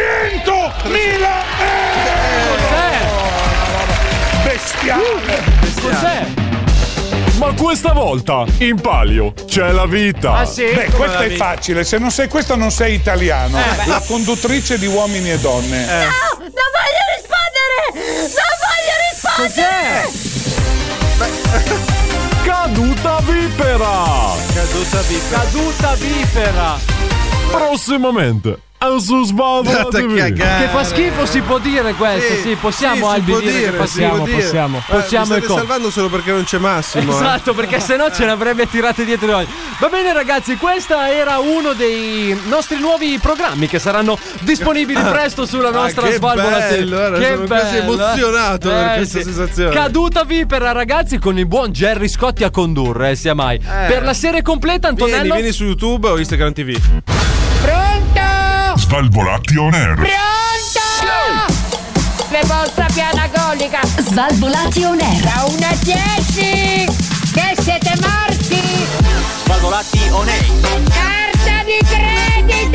[SPEAKER 12] euro! Bestiale!
[SPEAKER 8] Cos'è?
[SPEAKER 11] Ma questa volta in palio c'è la vita.
[SPEAKER 12] Ah sì? Beh, questo è facile. Se non sei questo non sei italiano. La conduttrice di Uomini e Donne.
[SPEAKER 10] No, non voglio rispondere! Non voglio rispondere!
[SPEAKER 11] Caduta vipera.
[SPEAKER 8] Caduta vipera.
[SPEAKER 11] Prossimamente su Svalvola TV.
[SPEAKER 8] Che fa schifo, si può dire questo? Sì, possiamo Albi dire che possiamo. Possiamo
[SPEAKER 7] state salvando solo perché non c'è Massimo.
[SPEAKER 8] Esatto, perché sennò ce ne avrebbe tirate dietro noi. Va bene ragazzi, questo era uno dei nostri nuovi programmi che saranno disponibili presto sulla nostra Svalvola TV.
[SPEAKER 7] Che sono quasi emozionato per questa sensazione.
[SPEAKER 8] Caduta vipera ragazzi, con il buon Gerry Scotti a condurre, sia mai. Per la serie completa, Antonello,
[SPEAKER 7] vieni su YouTube o Instagram TV.
[SPEAKER 10] Pronto?
[SPEAKER 3] Svalvolati on air.
[SPEAKER 10] Pronto? Le vostra piana golica.
[SPEAKER 5] Svalvolati on air.
[SPEAKER 10] Da 1 a 10. Che siete morti?
[SPEAKER 1] Svalvolati on air.
[SPEAKER 10] Carta di credito.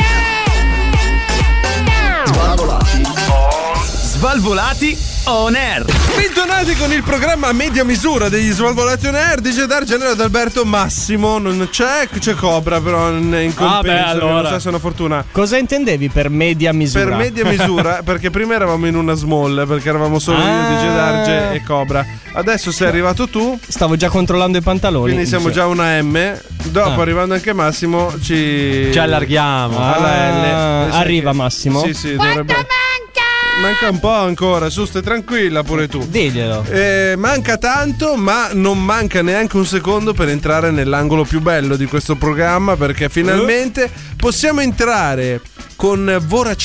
[SPEAKER 1] Svalvolati on air.
[SPEAKER 7] Bentornati con il programma a media misura degli Svalvolati on air. DJ D'Argenello ed Alberto Massimo. Non c'è Cobra però in compenso.
[SPEAKER 9] Allora.
[SPEAKER 7] Non so se è una fortuna.
[SPEAKER 9] Cosa intendevi per media misura?
[SPEAKER 7] Per media misura, perché prima eravamo in una small, perché eravamo solo io, DJ D'Arge e Cobra. Adesso sei arrivato tu.
[SPEAKER 9] Stavo già controllando i pantaloni.
[SPEAKER 7] Quindi siamo già una M. Dopo arrivando anche Massimo ci
[SPEAKER 8] allarghiamo
[SPEAKER 7] alla L.
[SPEAKER 9] Arriva Massimo.
[SPEAKER 7] Sì, dovrebbe. Manca un po' ancora, su, stai tranquilla pure tu.
[SPEAKER 9] Diglielo.
[SPEAKER 7] Manca tanto, ma non manca neanche un secondo per entrare nell'angolo più bello di questo programma, perché finalmente possiamo entrare con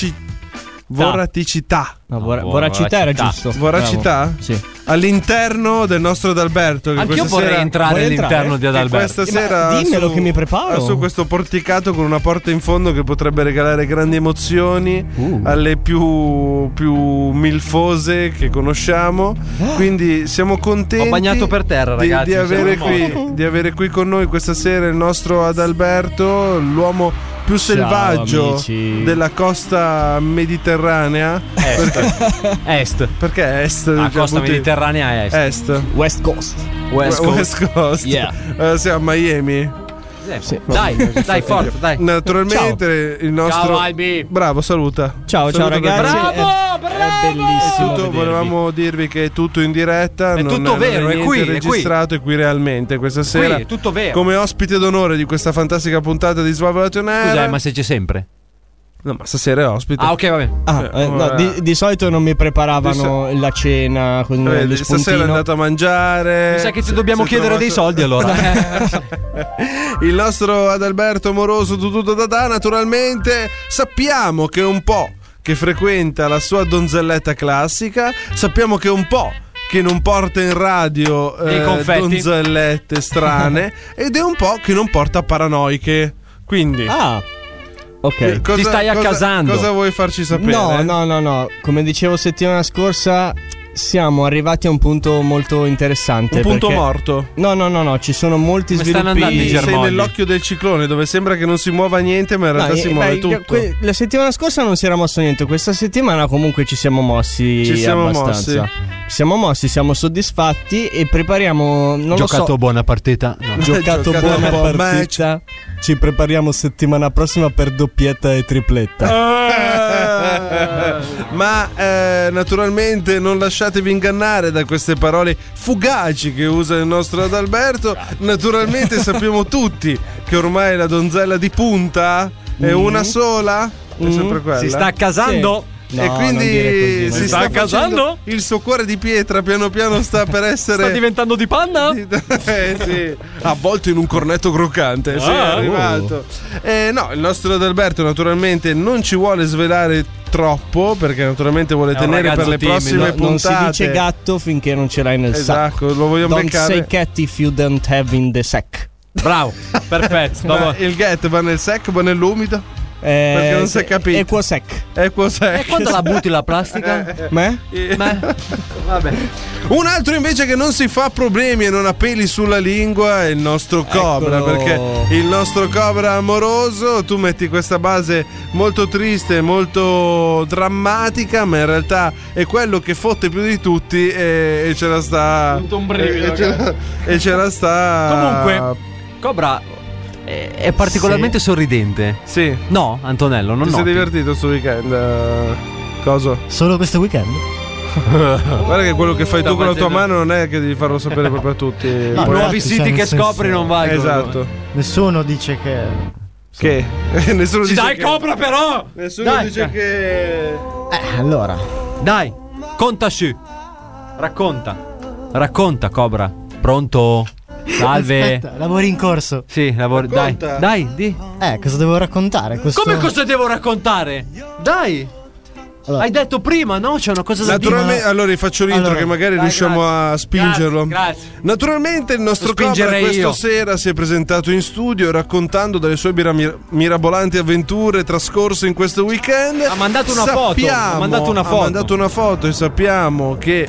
[SPEAKER 7] voraticità.
[SPEAKER 9] No, voracità era giusto.
[SPEAKER 7] Voracità?
[SPEAKER 9] Bravo. Sì.
[SPEAKER 7] All'interno del nostro Adalberto. Che
[SPEAKER 8] anch'io vorrei entrare all'interno di Adalberto.
[SPEAKER 7] Questa sera
[SPEAKER 9] dimmelo che mi preparo.
[SPEAKER 7] Su questo porticato con una porta in fondo che potrebbe regalare grandi emozioni alle più milfose che conosciamo. Quindi siamo contenti.
[SPEAKER 8] Ho bagnato per terra, ragazzi.
[SPEAKER 7] Di avere qui con noi questa sera il nostro Adalberto, l'uomo più selvaggio della costa mediterranea.
[SPEAKER 8] Est.
[SPEAKER 7] Perché est?
[SPEAKER 8] La costa mediterranea è est.
[SPEAKER 9] West Coast.
[SPEAKER 7] West Coast.
[SPEAKER 9] Yeah.
[SPEAKER 7] Siamo a Miami.
[SPEAKER 8] Sì. Dai, forte, dai.
[SPEAKER 7] Naturalmente il nostro.
[SPEAKER 8] Ciao Albi.
[SPEAKER 7] Bravo, saluta.
[SPEAKER 9] Ciao ragazzi.
[SPEAKER 8] Bravo.
[SPEAKER 9] È bellissimo.
[SPEAKER 7] Volevamo dirvi che è tutto in diretta.
[SPEAKER 8] È
[SPEAKER 7] non
[SPEAKER 8] tutto vero,
[SPEAKER 7] è
[SPEAKER 8] qui.
[SPEAKER 7] Registrato, è qui realmente questa sera.
[SPEAKER 8] È tutto vero.
[SPEAKER 7] Come ospite d'onore di questa fantastica puntata di Svalvolati on air.
[SPEAKER 8] Scusa, ma sei c'è sempre?
[SPEAKER 7] No, ma stasera è ospite.
[SPEAKER 8] Ah, ok, va bene.
[SPEAKER 9] No, di solito non mi preparavano la cena con lo spuntino.
[SPEAKER 7] Stasera è andato a mangiare.
[SPEAKER 8] Mi sa che ti dobbiamo chiedere dei soldi allora.
[SPEAKER 7] Il nostro Adalberto amoroso tutto da naturalmente sappiamo che è un po' che frequenta la sua donzelletta classica, sappiamo che è un po' che non porta in radio donzellette strane ed è un po' che non porta paranoiche. Quindi
[SPEAKER 9] Ok.
[SPEAKER 8] Ti stai accasando.
[SPEAKER 7] Cosa vuoi farci sapere?
[SPEAKER 9] No. Come dicevo settimana scorsa, siamo arrivati a un punto molto interessante.
[SPEAKER 7] Un punto
[SPEAKER 9] perché...
[SPEAKER 7] morto?
[SPEAKER 9] No, ci sono molti sviluppi.
[SPEAKER 7] Sei nell'occhio del ciclone, dove sembra che non si muova niente, ma in realtà si muove tutto.
[SPEAKER 9] La settimana scorsa non si era mosso niente, questa settimana comunque ci siamo mossi abbastanza. Ci siamo mossi, siamo soddisfatti e prepariamo.
[SPEAKER 8] Giocato buona partita. No.
[SPEAKER 9] Giocato buona partita. Ci prepariamo settimana prossima per doppietta e tripletta.
[SPEAKER 7] Ma naturalmente non lasciatevi ingannare da queste parole fugaci che usa il nostro Adalberto. Naturalmente sappiamo tutti che ormai la donzella di punta è una sola. È sempre quella.
[SPEAKER 8] Si sta accasando.
[SPEAKER 9] Sì.
[SPEAKER 7] E quindi
[SPEAKER 8] si sta accasando?
[SPEAKER 7] Il suo cuore di pietra piano piano sta per essere.
[SPEAKER 8] Sta diventando di panna?
[SPEAKER 7] Sì. Avvolto in un cornetto croccante. Sì, è arrivato. No, il nostro Adalberto naturalmente non ci vuole svelare troppo, perché naturalmente vuole tenere per le prossime puntate.
[SPEAKER 9] Non si dice gatto finché non ce l'hai nel sacco.
[SPEAKER 7] Esatto, lo vogliamo beccare.
[SPEAKER 9] Don't say cat if you don't have in the sack.
[SPEAKER 8] Bravo, perfetto.
[SPEAKER 7] Il gat va nel sack, va nell'umido? Perché non si è capito.
[SPEAKER 9] Equosec.
[SPEAKER 8] E quando la butti la plastica?
[SPEAKER 7] Vabbè. Un altro invece che non si fa problemi e non ha peli sulla lingua è il nostro Cobra.
[SPEAKER 9] Eccolo.
[SPEAKER 7] Perché il nostro Cobra amoroso, tu metti questa base molto triste, molto drammatica, ma in realtà è quello che fotte più di tutti e ce la sta.
[SPEAKER 8] Un brivido,
[SPEAKER 7] e ce la sta.
[SPEAKER 8] Comunque, Cobra è particolarmente sorridente.
[SPEAKER 7] Sì.
[SPEAKER 8] No, Antonello, non
[SPEAKER 7] Ti sei
[SPEAKER 8] noti?
[SPEAKER 7] divertito sto weekend? Coso?
[SPEAKER 9] Solo questo weekend?
[SPEAKER 7] Guarda che quello che fai tu con la tua mano non è che devi farlo sapere proprio a tutti.
[SPEAKER 8] I nuovi siti che scopri non valgono.
[SPEAKER 7] Esatto.
[SPEAKER 9] Nessuno dice che.
[SPEAKER 7] Che? Nessuno dice
[SPEAKER 8] dai,
[SPEAKER 7] che...
[SPEAKER 8] Cobra, però!
[SPEAKER 7] Nessuno dice che.
[SPEAKER 9] Allora.
[SPEAKER 8] Dai, contaci. Racconta, Cobra. Pronto? Salve.
[SPEAKER 9] Aspetta, lavori in corso.
[SPEAKER 8] Sì, lavori. Dai, di.
[SPEAKER 9] Cosa devo raccontare?
[SPEAKER 8] Come cosa devo raccontare? Dai.
[SPEAKER 9] Allora.
[SPEAKER 8] Hai detto prima, no? C'è una cosa da dire.
[SPEAKER 7] Naturalmente, allora faccio l'intro che magari riusciamo a spingerlo.
[SPEAKER 8] Grazie.
[SPEAKER 7] Naturalmente il nostro Cobra questa sera si è presentato in studio raccontando delle sue mirabolanti avventure trascorse in questo weekend.
[SPEAKER 8] Ha mandato una foto. Ha mandato una foto
[SPEAKER 7] e sappiamo che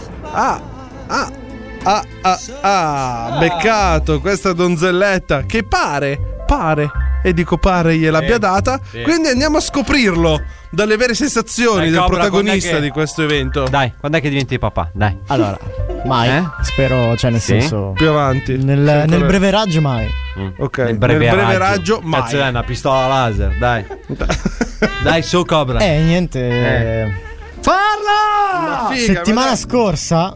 [SPEAKER 7] beccato questa donzelletta che pare e dico pare gliel'abbia data. Sì. Quindi andiamo a scoprirlo dalle vere sensazioni del protagonista di questo evento.
[SPEAKER 8] Dai, quando è che diventi papà? Dai.
[SPEAKER 9] Allora, mai. Spero, cioè nel senso
[SPEAKER 7] più avanti.
[SPEAKER 9] Nel breve raggio mai.
[SPEAKER 7] Ok.
[SPEAKER 8] Nel breve raggio
[SPEAKER 7] mai.
[SPEAKER 8] Cazzo, è una pistola laser, dai. Dai, su Cobra.
[SPEAKER 9] Niente.
[SPEAKER 8] Parla!
[SPEAKER 7] Figa,
[SPEAKER 9] settimana scorsa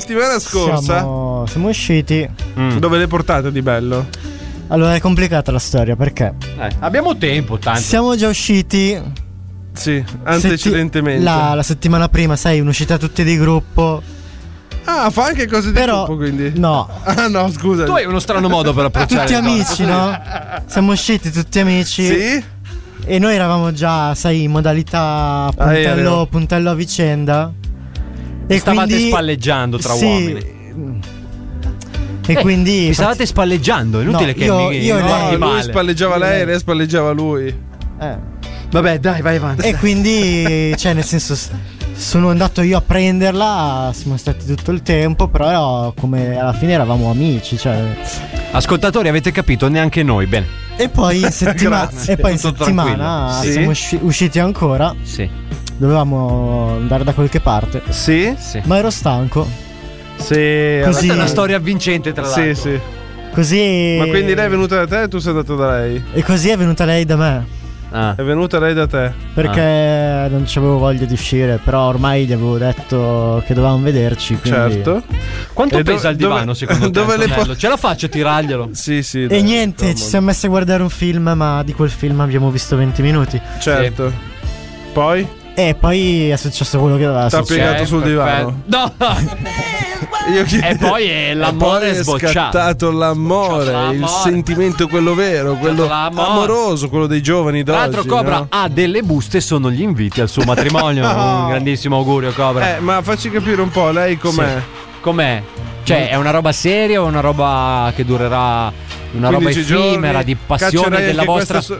[SPEAKER 9] siamo usciti.
[SPEAKER 7] Dove le portate di bello?
[SPEAKER 9] Allora è complicata la storia perché
[SPEAKER 8] abbiamo tempo tanto.
[SPEAKER 9] Siamo già usciti.
[SPEAKER 7] Sì, antecedentemente.
[SPEAKER 9] La settimana prima, sai, un'uscita tutti di gruppo.
[SPEAKER 7] Ah, fa anche cose di gruppo, quindi.
[SPEAKER 9] No.
[SPEAKER 7] Ah no, scusa.
[SPEAKER 8] Tu hai uno strano modo per approcciare.
[SPEAKER 9] Tutti amici, no? Siamo usciti tutti amici.
[SPEAKER 7] Sì.
[SPEAKER 9] E noi eravamo già, sai, in modalità puntello a vicenda.
[SPEAKER 8] E stavate spalleggiando tra uomini.
[SPEAKER 9] E quindi
[SPEAKER 8] vi stavate spalleggiando, è inutile che
[SPEAKER 7] lui spalleggiava lei e lei spalleggiava lui.
[SPEAKER 8] Vabbè, dai, vai avanti.
[SPEAKER 9] E quindi, cioè, nel senso, sono andato io a prenderla, siamo stati tutto il tempo, però come alla fine eravamo amici, cioè.
[SPEAKER 8] Ascoltatori, avete capito? Neanche noi, bene.
[SPEAKER 9] E poi in settimana siamo usciti ancora.
[SPEAKER 8] Sì.
[SPEAKER 9] Dovevamo andare da qualche parte.
[SPEAKER 7] Sì.
[SPEAKER 9] Ma ero stanco.
[SPEAKER 7] Sì.
[SPEAKER 8] Questa è una storia avvincente, tra l'altro.
[SPEAKER 7] Sì.
[SPEAKER 9] Così.
[SPEAKER 7] Ma quindi lei è venuta da te e tu sei andato da lei?
[SPEAKER 9] E così è venuta lei da me.
[SPEAKER 7] È venuta lei da te?
[SPEAKER 9] Perché non c'avevo voglia di uscire, però ormai gli avevo detto che dovevamo vederci. Quindi...
[SPEAKER 7] Certo.
[SPEAKER 8] Quanto pesa il divano secondo te? Ce la faccio a tirarglielo?
[SPEAKER 7] Sì.
[SPEAKER 9] E niente, ci siamo messi a guardare un film, ma di quel film abbiamo visto 20 minuti.
[SPEAKER 7] Certo. Sì. Poi?
[SPEAKER 9] E poi è successo quello che doveva succedere.
[SPEAKER 7] T'ha piegato sul divano.
[SPEAKER 8] No. E poi l'amore è sbocciato.
[SPEAKER 7] È scattato l'amore, il sentimento quello vero, quello amoroso, quello dei giovani d'oggi.
[SPEAKER 8] Tra l'altro Cobra ha delle buste, sono gli inviti al suo matrimonio. Un grandissimo augurio, Cobra.
[SPEAKER 7] Ma facci capire un po', lei com'è?
[SPEAKER 8] Sì. Com'è? Cioè, è una roba seria o una roba che durerà, una roba effimera, di passione della vostra...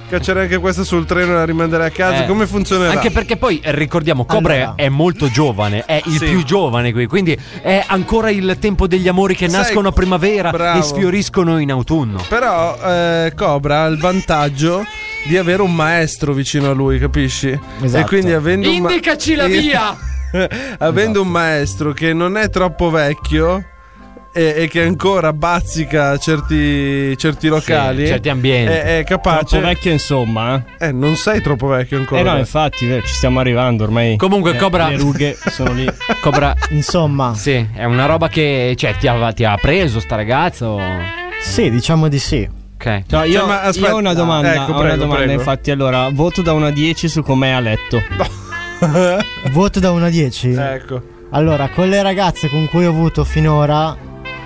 [SPEAKER 7] caccerei anche questa sul treno e la rimanderei a casa. Come funzionerà?
[SPEAKER 8] Anche perché poi ricordiamo, Cobra è molto giovane, è il più giovane qui, quindi è ancora il tempo degli amori che nascono a primavera e sfioriscono in autunno.
[SPEAKER 7] Però Cobra ha il vantaggio di avere un maestro vicino a lui, capisci?
[SPEAKER 2] Esatto.
[SPEAKER 7] E quindi
[SPEAKER 8] indicaci la via!
[SPEAKER 7] Avendo un maestro che non è troppo vecchio e che ancora bazzica certi locali,
[SPEAKER 8] certi ambienti,
[SPEAKER 7] è capace.
[SPEAKER 9] Troppo vecchio, insomma.
[SPEAKER 7] Non sei troppo vecchio ancora.
[SPEAKER 9] No, infatti, ci stiamo arrivando ormai.
[SPEAKER 8] Comunque, Cobra,
[SPEAKER 9] le rughe sono lì.
[SPEAKER 8] Cobra,
[SPEAKER 2] insomma,
[SPEAKER 8] sì, è una roba che ti ha preso sta ragazzo?
[SPEAKER 2] Sì, diciamo di sì.
[SPEAKER 8] Ok.
[SPEAKER 9] No, io ho una domanda.
[SPEAKER 7] Prego.
[SPEAKER 9] Infatti, allora, voto da 1 a 10 su com'è a letto.
[SPEAKER 2] Voto da 1 a 10?
[SPEAKER 7] Ecco.
[SPEAKER 2] Allora, con le ragazze con cui ho avuto finora,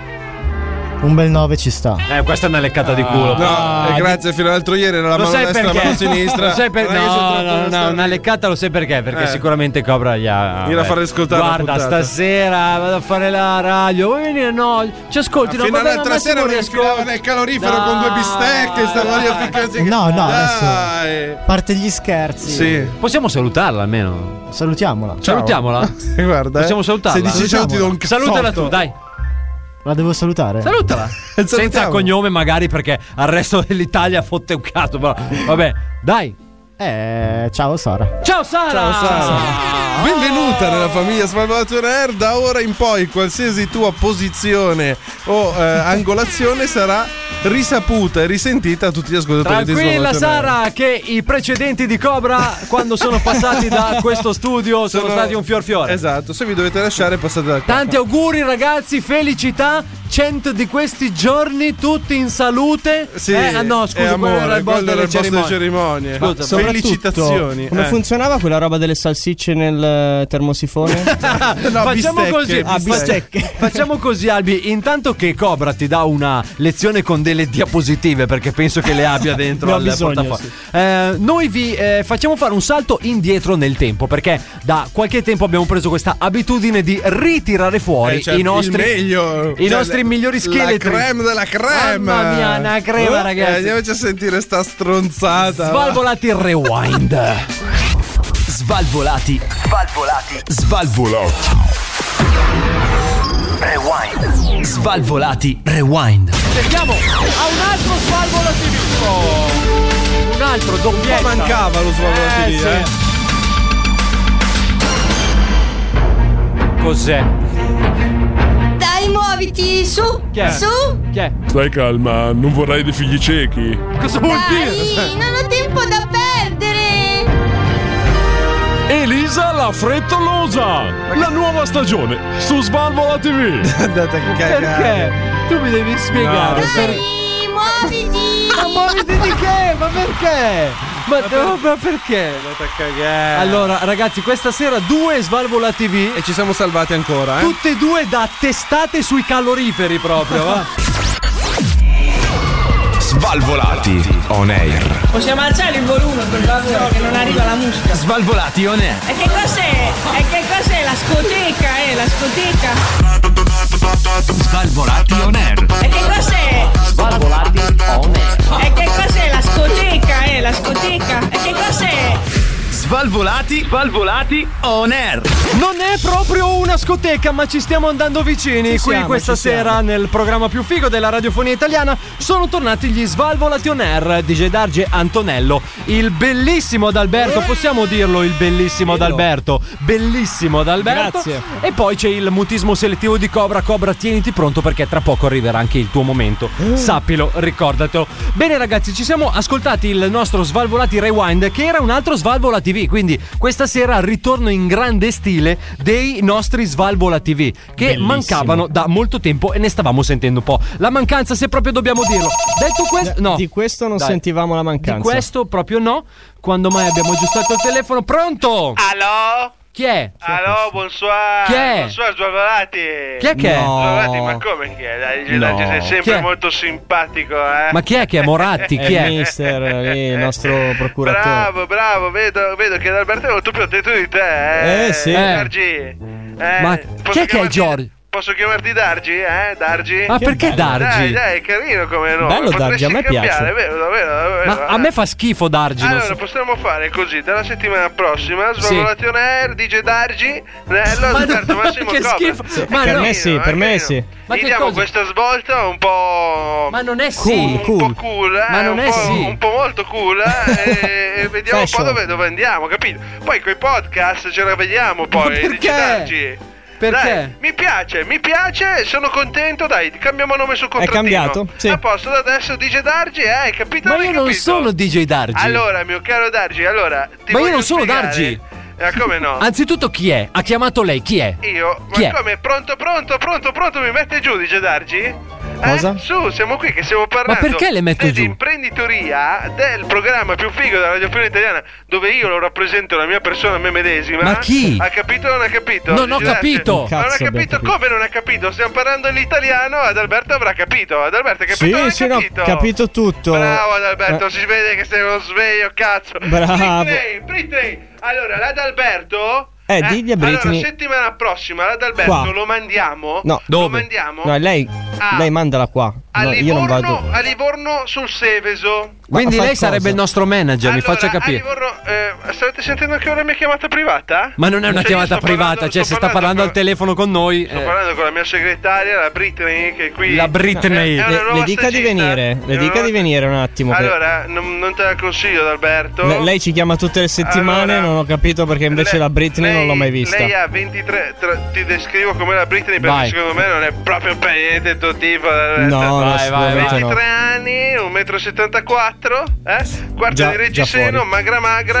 [SPEAKER 2] un bel 9 ci sta.
[SPEAKER 8] Questa è una leccata di culo.
[SPEAKER 7] No, grazie, fino all'altro ieri era la mano destra e la mano sinistra.
[SPEAKER 8] Lo sai no, una leccata lo sai perché? Perché sicuramente Cobra gli ha.
[SPEAKER 7] Gliela farei ascoltare.
[SPEAKER 8] Guarda, stasera vado a fare la radio. Vuoi venire? No, ci ascolti.
[SPEAKER 7] Fino all'altra sera mi infilava nel calorifero con 2 bistecche. Stavo lì a ficcarsi.
[SPEAKER 2] No, adesso. Parte gli scherzi.
[SPEAKER 7] Sì.
[SPEAKER 8] Possiamo salutarla almeno.
[SPEAKER 2] Salutiamola.
[SPEAKER 8] Salutiamola.
[SPEAKER 7] Guarda.
[SPEAKER 8] Possiamo salutarla.
[SPEAKER 7] Se dici ciao ti do un cazzotto.
[SPEAKER 8] Salutala tu, dai.
[SPEAKER 2] La devo salutare?
[SPEAKER 8] Salutala. Senza cognome magari, perché al resto dell'Italia fotte un cazzo. Però vabbè, dai.
[SPEAKER 2] Ciao Sara.
[SPEAKER 8] Ciao Sara.
[SPEAKER 7] Benvenuta nella famiglia Svalvolato On Air. Da ora in poi qualsiasi tua posizione o angolazione sarà risaputa e risentita a tutti gli ascoltatori di Svalvolato On Air.
[SPEAKER 8] Tranquilla Sara, che i precedenti di Cobra quando sono passati da questo studio sono stati un fiore.
[SPEAKER 7] Esatto, se vi dovete lasciare passate da qua.
[SPEAKER 8] Tanti auguri ragazzi, felicità, 100 di questi giorni tutti in salute.
[SPEAKER 7] Sì,
[SPEAKER 8] no, scusa,
[SPEAKER 7] amore,
[SPEAKER 8] quello era il boss delle
[SPEAKER 7] cerimonie.
[SPEAKER 8] Scusa,
[SPEAKER 7] felicitazioni.
[SPEAKER 9] Come funzionava quella roba delle salsicce nel termosifone?
[SPEAKER 8] Facciamo così. Facciamo così, Albi. Intanto che Cobra ti dà una lezione con delle diapositive, perché penso che le abbia dentro al portafoglio. Sì. Noi vi facciamo fare un salto indietro nel tempo, perché da qualche tempo abbiamo preso questa abitudine di ritirare fuori i nostri migliori scheletri.
[SPEAKER 7] La creme della creme.
[SPEAKER 8] Mamma mia, una crema, ragazzi.
[SPEAKER 7] Andiamoci a sentire sta stronzata.
[SPEAKER 8] Svalvolati Rewind.
[SPEAKER 6] Svalvolati. Rewind. Svalvolati Rewind.
[SPEAKER 8] Cerchiamo a un altro Svalvolati. Un altro doppietta.
[SPEAKER 7] Mancava lo Svalvolati
[SPEAKER 8] sì. Cos'è?
[SPEAKER 10] Dai, muoviti, su.
[SPEAKER 8] Chi è?
[SPEAKER 10] Su.
[SPEAKER 8] Chi è?
[SPEAKER 11] Stai calma, non vorrei dei figli ciechi.
[SPEAKER 8] Cosa vuol dire?
[SPEAKER 10] Dai, non ho tempo da perdere.
[SPEAKER 11] Elisa la frettolosa, la nuova stagione su Svalvola TV.
[SPEAKER 7] Andate a cagare.
[SPEAKER 8] Perché? Tu mi devi spiegare.
[SPEAKER 10] Dai, muoviti.
[SPEAKER 8] Ma muoviti di che? Ma perché? Ma perché?
[SPEAKER 7] Andate a cagare.
[SPEAKER 8] Allora, ragazzi, questa sera 2 Svalvola TV.
[SPEAKER 7] E ci siamo salvati ancora,
[SPEAKER 8] Tutte e 2 da testate sui caloriferi proprio, va?
[SPEAKER 3] Svalvolati On Air.
[SPEAKER 13] Possiamo alzare il volume per favore, che non arriva la musica.
[SPEAKER 6] Svalvolati On Air.
[SPEAKER 13] E che cos'è? La scoteca, la scoteca.
[SPEAKER 6] Svalvolati On Air.
[SPEAKER 13] E che cos'è?
[SPEAKER 6] Svalvolati On Air.
[SPEAKER 13] E che cos'è la scoteca, la scoteca? E che cos'è?
[SPEAKER 1] Svalvolati On Air.
[SPEAKER 8] Non è proprio una scoteca, ma ci stiamo andando vicini. Questa sera nel programma più figo della radiofonia italiana sono tornati gli Svalvolati On Air. DJ Darge, Antonello, il bellissimo Adalberto, possiamo dirlo, il bellissimo Adalberto. Bellissimo Adalberto.
[SPEAKER 9] Grazie.
[SPEAKER 8] E poi c'è il mutismo selettivo di Cobra. Cobra, tieniti pronto, perché tra poco arriverà anche il tuo momento. Sappilo, ricordatelo. Bene ragazzi, ci siamo ascoltati il nostro Svalvolati Rewind, che era un altro Svalvola TV. Quindi questa sera ritorno in grande stile dei nostri Svalvola TV, che
[SPEAKER 9] bellissimo,
[SPEAKER 8] mancavano da molto tempo e ne stavamo sentendo un po' la mancanza, se proprio dobbiamo dirlo. Detto questo, no,
[SPEAKER 9] di questo non sentivamo la mancanza.
[SPEAKER 8] Di questo proprio no. Quando mai abbiamo aggiustato il telefono? Pronto?
[SPEAKER 14] Allo?
[SPEAKER 8] Chi è?
[SPEAKER 14] Allo, buonasera.
[SPEAKER 8] Chi è?
[SPEAKER 14] Buonasera, Svalvolati.
[SPEAKER 8] Chi è che è?
[SPEAKER 14] Svalvolati, ma come chi è? Dai, sei sempre molto simpatico,
[SPEAKER 8] Ma chi è che è? Moratti? Chi è?
[SPEAKER 9] Mister, il nostro procuratore.
[SPEAKER 14] Bravo, vedo che Adalberto è molto più attento di te,
[SPEAKER 9] sì.
[SPEAKER 14] Giorgi.
[SPEAKER 8] Ma chi è che è Giorgi?
[SPEAKER 14] posso chiamarti Dargi? Dargi?
[SPEAKER 8] Ma perché Dargi?
[SPEAKER 14] Dai, è carino come nome.
[SPEAKER 9] Bello Dargi, a me piace.
[SPEAKER 14] Davvero.
[SPEAKER 8] Ma a me fa schifo Dargi.
[SPEAKER 14] Allora, possiamo fare così, dalla settimana prossima, Svalvolati on Air, DJ Dargi, Nello, Alberto Massimo
[SPEAKER 9] che
[SPEAKER 14] Cobra.
[SPEAKER 9] schifo. Per me sì.
[SPEAKER 14] Ma gli diamo questa svolta un po'.
[SPEAKER 8] Ma non è
[SPEAKER 14] un po' cool,
[SPEAKER 8] ma non è
[SPEAKER 14] un po' molto cool, e vediamo un po' dove andiamo, capito? Poi coi podcast ce la vediamo poi.
[SPEAKER 8] Perché?
[SPEAKER 14] Dai, mi piace, sono contento, dai, cambiamo nome sul contrattino.
[SPEAKER 9] È cambiato? Sì.
[SPEAKER 14] A posto, da adesso DJ Dargi, hai capito?
[SPEAKER 8] Ma io non sono DJ Dargi.
[SPEAKER 14] Allora, mio caro Dargi,
[SPEAKER 8] ma io non sono Dargi.
[SPEAKER 14] Come no?
[SPEAKER 8] Anzitutto chi è? Ha chiamato lei, chi è?
[SPEAKER 14] Io?
[SPEAKER 8] Chi
[SPEAKER 14] ma
[SPEAKER 8] è?
[SPEAKER 14] come? Pronto, mi mette giù, DJ Dargi?
[SPEAKER 9] Cosa?
[SPEAKER 14] Su, siamo qui che stiamo parlando.
[SPEAKER 8] Ma perché le metto giù?
[SPEAKER 14] Dell'imprenditoria del programma più figo della radiofonica italiana, dove io lo rappresento la mia persona, me medesima.
[SPEAKER 8] Ma chi?
[SPEAKER 14] Ha capito o non ha capito?
[SPEAKER 8] Non ho capito.
[SPEAKER 14] Non ha capito? Come non ha capito? Stiamo parlando l'italiano, Adalberto avrà capito. Adalberto, hai capito? Non
[SPEAKER 9] Sì,
[SPEAKER 14] capito?
[SPEAKER 9] no, capito tutto.
[SPEAKER 14] Bravo Adalberto, si vede che sei uno sveglio, cazzo.
[SPEAKER 9] Bravo.
[SPEAKER 14] Britney. Allora, l'Adalberto...
[SPEAKER 9] digli a Britney.
[SPEAKER 14] Allora, settimana prossima l'Adalberto
[SPEAKER 9] Qua.
[SPEAKER 14] lo mandiamo.
[SPEAKER 9] No,
[SPEAKER 14] Lo
[SPEAKER 9] dove?
[SPEAKER 14] mandiamo.
[SPEAKER 9] No, lei mandala qua. No, io non vado.
[SPEAKER 14] A Livorno sul Seveso.
[SPEAKER 8] Quindi lei sarebbe il nostro manager, mi faccia capire.
[SPEAKER 14] A Livorno, state sentendo che ora mia chiamata privata?
[SPEAKER 8] Ma non è una chiamata privata, cioè se sta parlando al telefono con noi.
[SPEAKER 14] Sto parlando con la mia segretaria, la Britney, che è qui.
[SPEAKER 8] La Britney.
[SPEAKER 9] Le dica di venire. Le dica di venire un attimo.
[SPEAKER 14] Allora, non te la consiglio, Adalberto.
[SPEAKER 9] Lei ci chiama tutte le settimane,
[SPEAKER 14] allora,
[SPEAKER 9] non ho capito perché invece la Britney non l'ho mai vista.
[SPEAKER 14] Lei ha 23. Ti descrivo come la Britney perché
[SPEAKER 8] Vai.
[SPEAKER 14] secondo me non è proprio per niente il tuo tipo.
[SPEAKER 9] No,
[SPEAKER 8] vai.
[SPEAKER 14] 23 anni, 1,74 m, quarta di reggiseno, magra,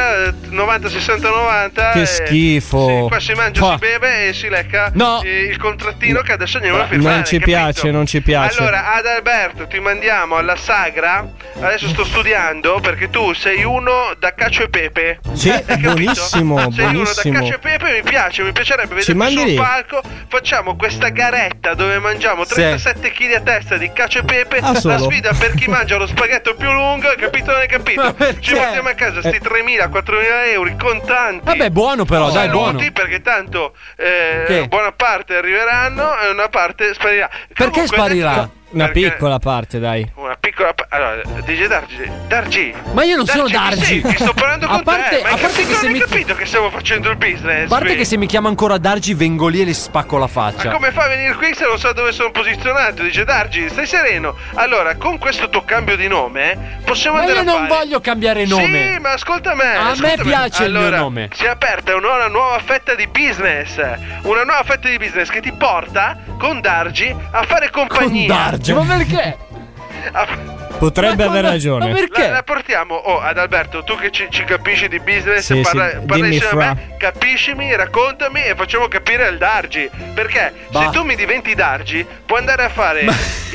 [SPEAKER 14] 90, 60, 90.
[SPEAKER 9] Che schifo.
[SPEAKER 14] Sì, qua si mangia, si beve e si lecca il contrattino che adesso andiamo a firmare.
[SPEAKER 9] Non ci piace, non ci piace.
[SPEAKER 14] Allora, Adalberto, ti mandiamo alla sagra. Adesso sto studiando perché tu sei uno da cacio e pepe.
[SPEAKER 9] Sì, buonissimo,
[SPEAKER 14] sei uno da
[SPEAKER 9] buonissimo.
[SPEAKER 14] cacio e pepe, mi piacerebbe
[SPEAKER 9] Ci
[SPEAKER 14] vederti
[SPEAKER 9] mandi
[SPEAKER 14] sul
[SPEAKER 9] lì?
[SPEAKER 14] palco. Facciamo questa garetta dove mangiamo 37 kg a testa di cacio e pepe.
[SPEAKER 9] Ah,
[SPEAKER 14] La
[SPEAKER 9] solo?
[SPEAKER 14] sfida per chi mangia lo spaghetto più lungo, hai capito o non hai capito? Ci portiamo a casa sti 3.000, 4.000 euro contanti.
[SPEAKER 8] Vabbè, buono però, dai, buono.
[SPEAKER 14] Perché tanto buona parte arriveranno e una parte sparirà.
[SPEAKER 8] Perché sparirà?
[SPEAKER 9] Una piccola parte, dai.
[SPEAKER 14] Una piccola allora, dice Dargi.
[SPEAKER 8] Ma io non sono Dargi.
[SPEAKER 14] Sì, sto parlando con te. Ma
[SPEAKER 8] a parte che se mi
[SPEAKER 14] capito che stiamo facendo il business.
[SPEAKER 8] A parte che se mi chiama ancora Dargi vengo lì e le spacco la faccia.
[SPEAKER 14] Ma come fa a venire qui se non so dove sono posizionato? Dice Dargi, stai sereno. Allora, con questo tuo cambio di nome possiamo andare a fare.
[SPEAKER 8] Ma io non voglio cambiare nome.
[SPEAKER 14] Sì, ma ascolta me.
[SPEAKER 8] A me piace il mio nome.
[SPEAKER 14] Si è aperta una nuova fetta di business. Una nuova fetta di business che ti porta con Dargi a fare compagnia.
[SPEAKER 8] Con Dargi? Ma perché?
[SPEAKER 9] Potrebbe aver ragione.
[SPEAKER 8] Ma perché?
[SPEAKER 14] La portiamo ad Alberto, tu che ci capisci di business,
[SPEAKER 9] Sì,
[SPEAKER 14] parla
[SPEAKER 9] dimmi
[SPEAKER 14] insieme a
[SPEAKER 9] fra.
[SPEAKER 14] me, capiscimi, raccontami e facciamo capire il Dargi. Perché se tu mi diventi Dargi, puoi andare a fare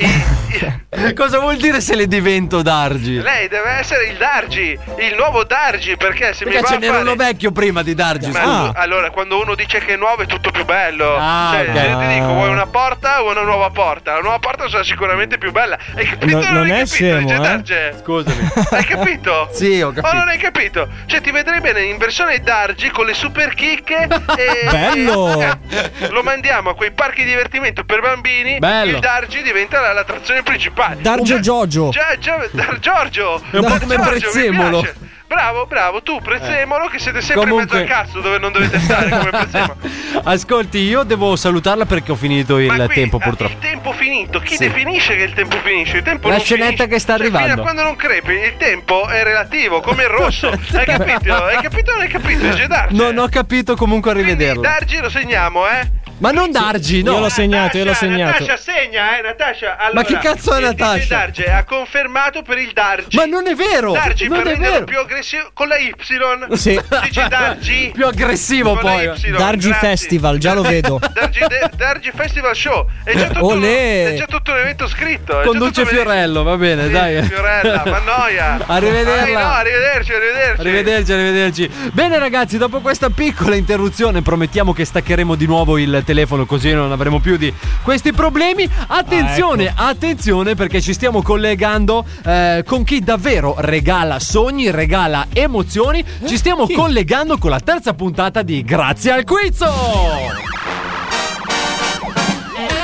[SPEAKER 8] Cosa vuol dire se le divento Dargi?
[SPEAKER 14] Lei deve essere il Dargi, il nuovo Dargi, perché se
[SPEAKER 8] Perché
[SPEAKER 14] mi va
[SPEAKER 8] ce
[SPEAKER 14] a
[SPEAKER 8] n'era
[SPEAKER 14] fare...
[SPEAKER 8] uno vecchio prima di Dargi.
[SPEAKER 14] Ma allora, quando uno dice che è nuovo è tutto più bello.
[SPEAKER 8] Ah,
[SPEAKER 14] cioè,
[SPEAKER 8] ok.
[SPEAKER 14] se io ti dico, vuoi una porta o una nuova porta? La nuova porta sarà sicuramente più bella. Hai capito?
[SPEAKER 9] No, non è scemo,
[SPEAKER 14] Dargi?
[SPEAKER 8] Scusami.
[SPEAKER 14] Hai capito?
[SPEAKER 8] Sì, ho capito.
[SPEAKER 14] O non hai capito? Cioè, ti vedrei bene in versione Dargi con le super chicche e
[SPEAKER 9] Bello!
[SPEAKER 14] lo mandiamo a quei parchi di divertimento per bambini.
[SPEAKER 8] Bello.
[SPEAKER 14] Il Dargi diventa l'attrazione principale.
[SPEAKER 9] Dargio Giorgio.
[SPEAKER 14] Giorgio.
[SPEAKER 8] È un po' come Prezzemolo.
[SPEAKER 14] Bravo, tu Prezzemolo che siete sempre in mezzo al cazzo dove non dovete stare come Prezzemolo.
[SPEAKER 8] Ascolti, io devo salutarla perché ho finito il tempo purtroppo.
[SPEAKER 14] Il tempo finito, chi definisce che il tempo finisce? Il tempo
[SPEAKER 8] La
[SPEAKER 14] non
[SPEAKER 8] scenetta
[SPEAKER 14] finisce.
[SPEAKER 8] che sta arrivando.
[SPEAKER 14] Fino a quando non crepi, il tempo è relativo, come il rosso. Hai capito? Hai capito o non hai capito? Dargi.
[SPEAKER 8] Non ho capito, comunque arrivederla.
[SPEAKER 14] Dargi lo segniamo,
[SPEAKER 8] Ma non Dargi, no.
[SPEAKER 9] Io l'ho segnato.
[SPEAKER 14] Natascia segna, Natascia. Allora,
[SPEAKER 8] Ma che cazzo è Natascia?
[SPEAKER 14] Dargi ha confermato per il Dargi.
[SPEAKER 8] Ma non è vero.
[SPEAKER 14] Dargi
[SPEAKER 8] non
[SPEAKER 14] per
[SPEAKER 8] è
[SPEAKER 14] renderlo
[SPEAKER 8] vero.
[SPEAKER 14] più aggressivo con la Y.
[SPEAKER 9] Sì.
[SPEAKER 14] Dice Dargi.
[SPEAKER 8] Più aggressivo
[SPEAKER 14] Con
[SPEAKER 8] poi.
[SPEAKER 14] la Y,
[SPEAKER 9] Dargi
[SPEAKER 14] grazie.
[SPEAKER 9] Festival, già lo vedo.
[SPEAKER 14] Dargi Festival Show. È già tutto,
[SPEAKER 9] Olè.
[SPEAKER 14] è già tutto un evento scritto.
[SPEAKER 8] Conduce Fiorello, va bene,
[SPEAKER 14] Sì,
[SPEAKER 8] dai.
[SPEAKER 14] Fiorella, ma noia.
[SPEAKER 8] Arrivederla.
[SPEAKER 14] No, arrivederci.
[SPEAKER 8] Arrivederci. Bene ragazzi, dopo questa piccola interruzione promettiamo che staccheremo di nuovo il telefono così non avremo più di questi problemi. Attenzione perché ci stiamo collegando con chi davvero regala sogni, regala emozioni. Ci stiamo collegando con la terza puntata di Grazie al Quizzo.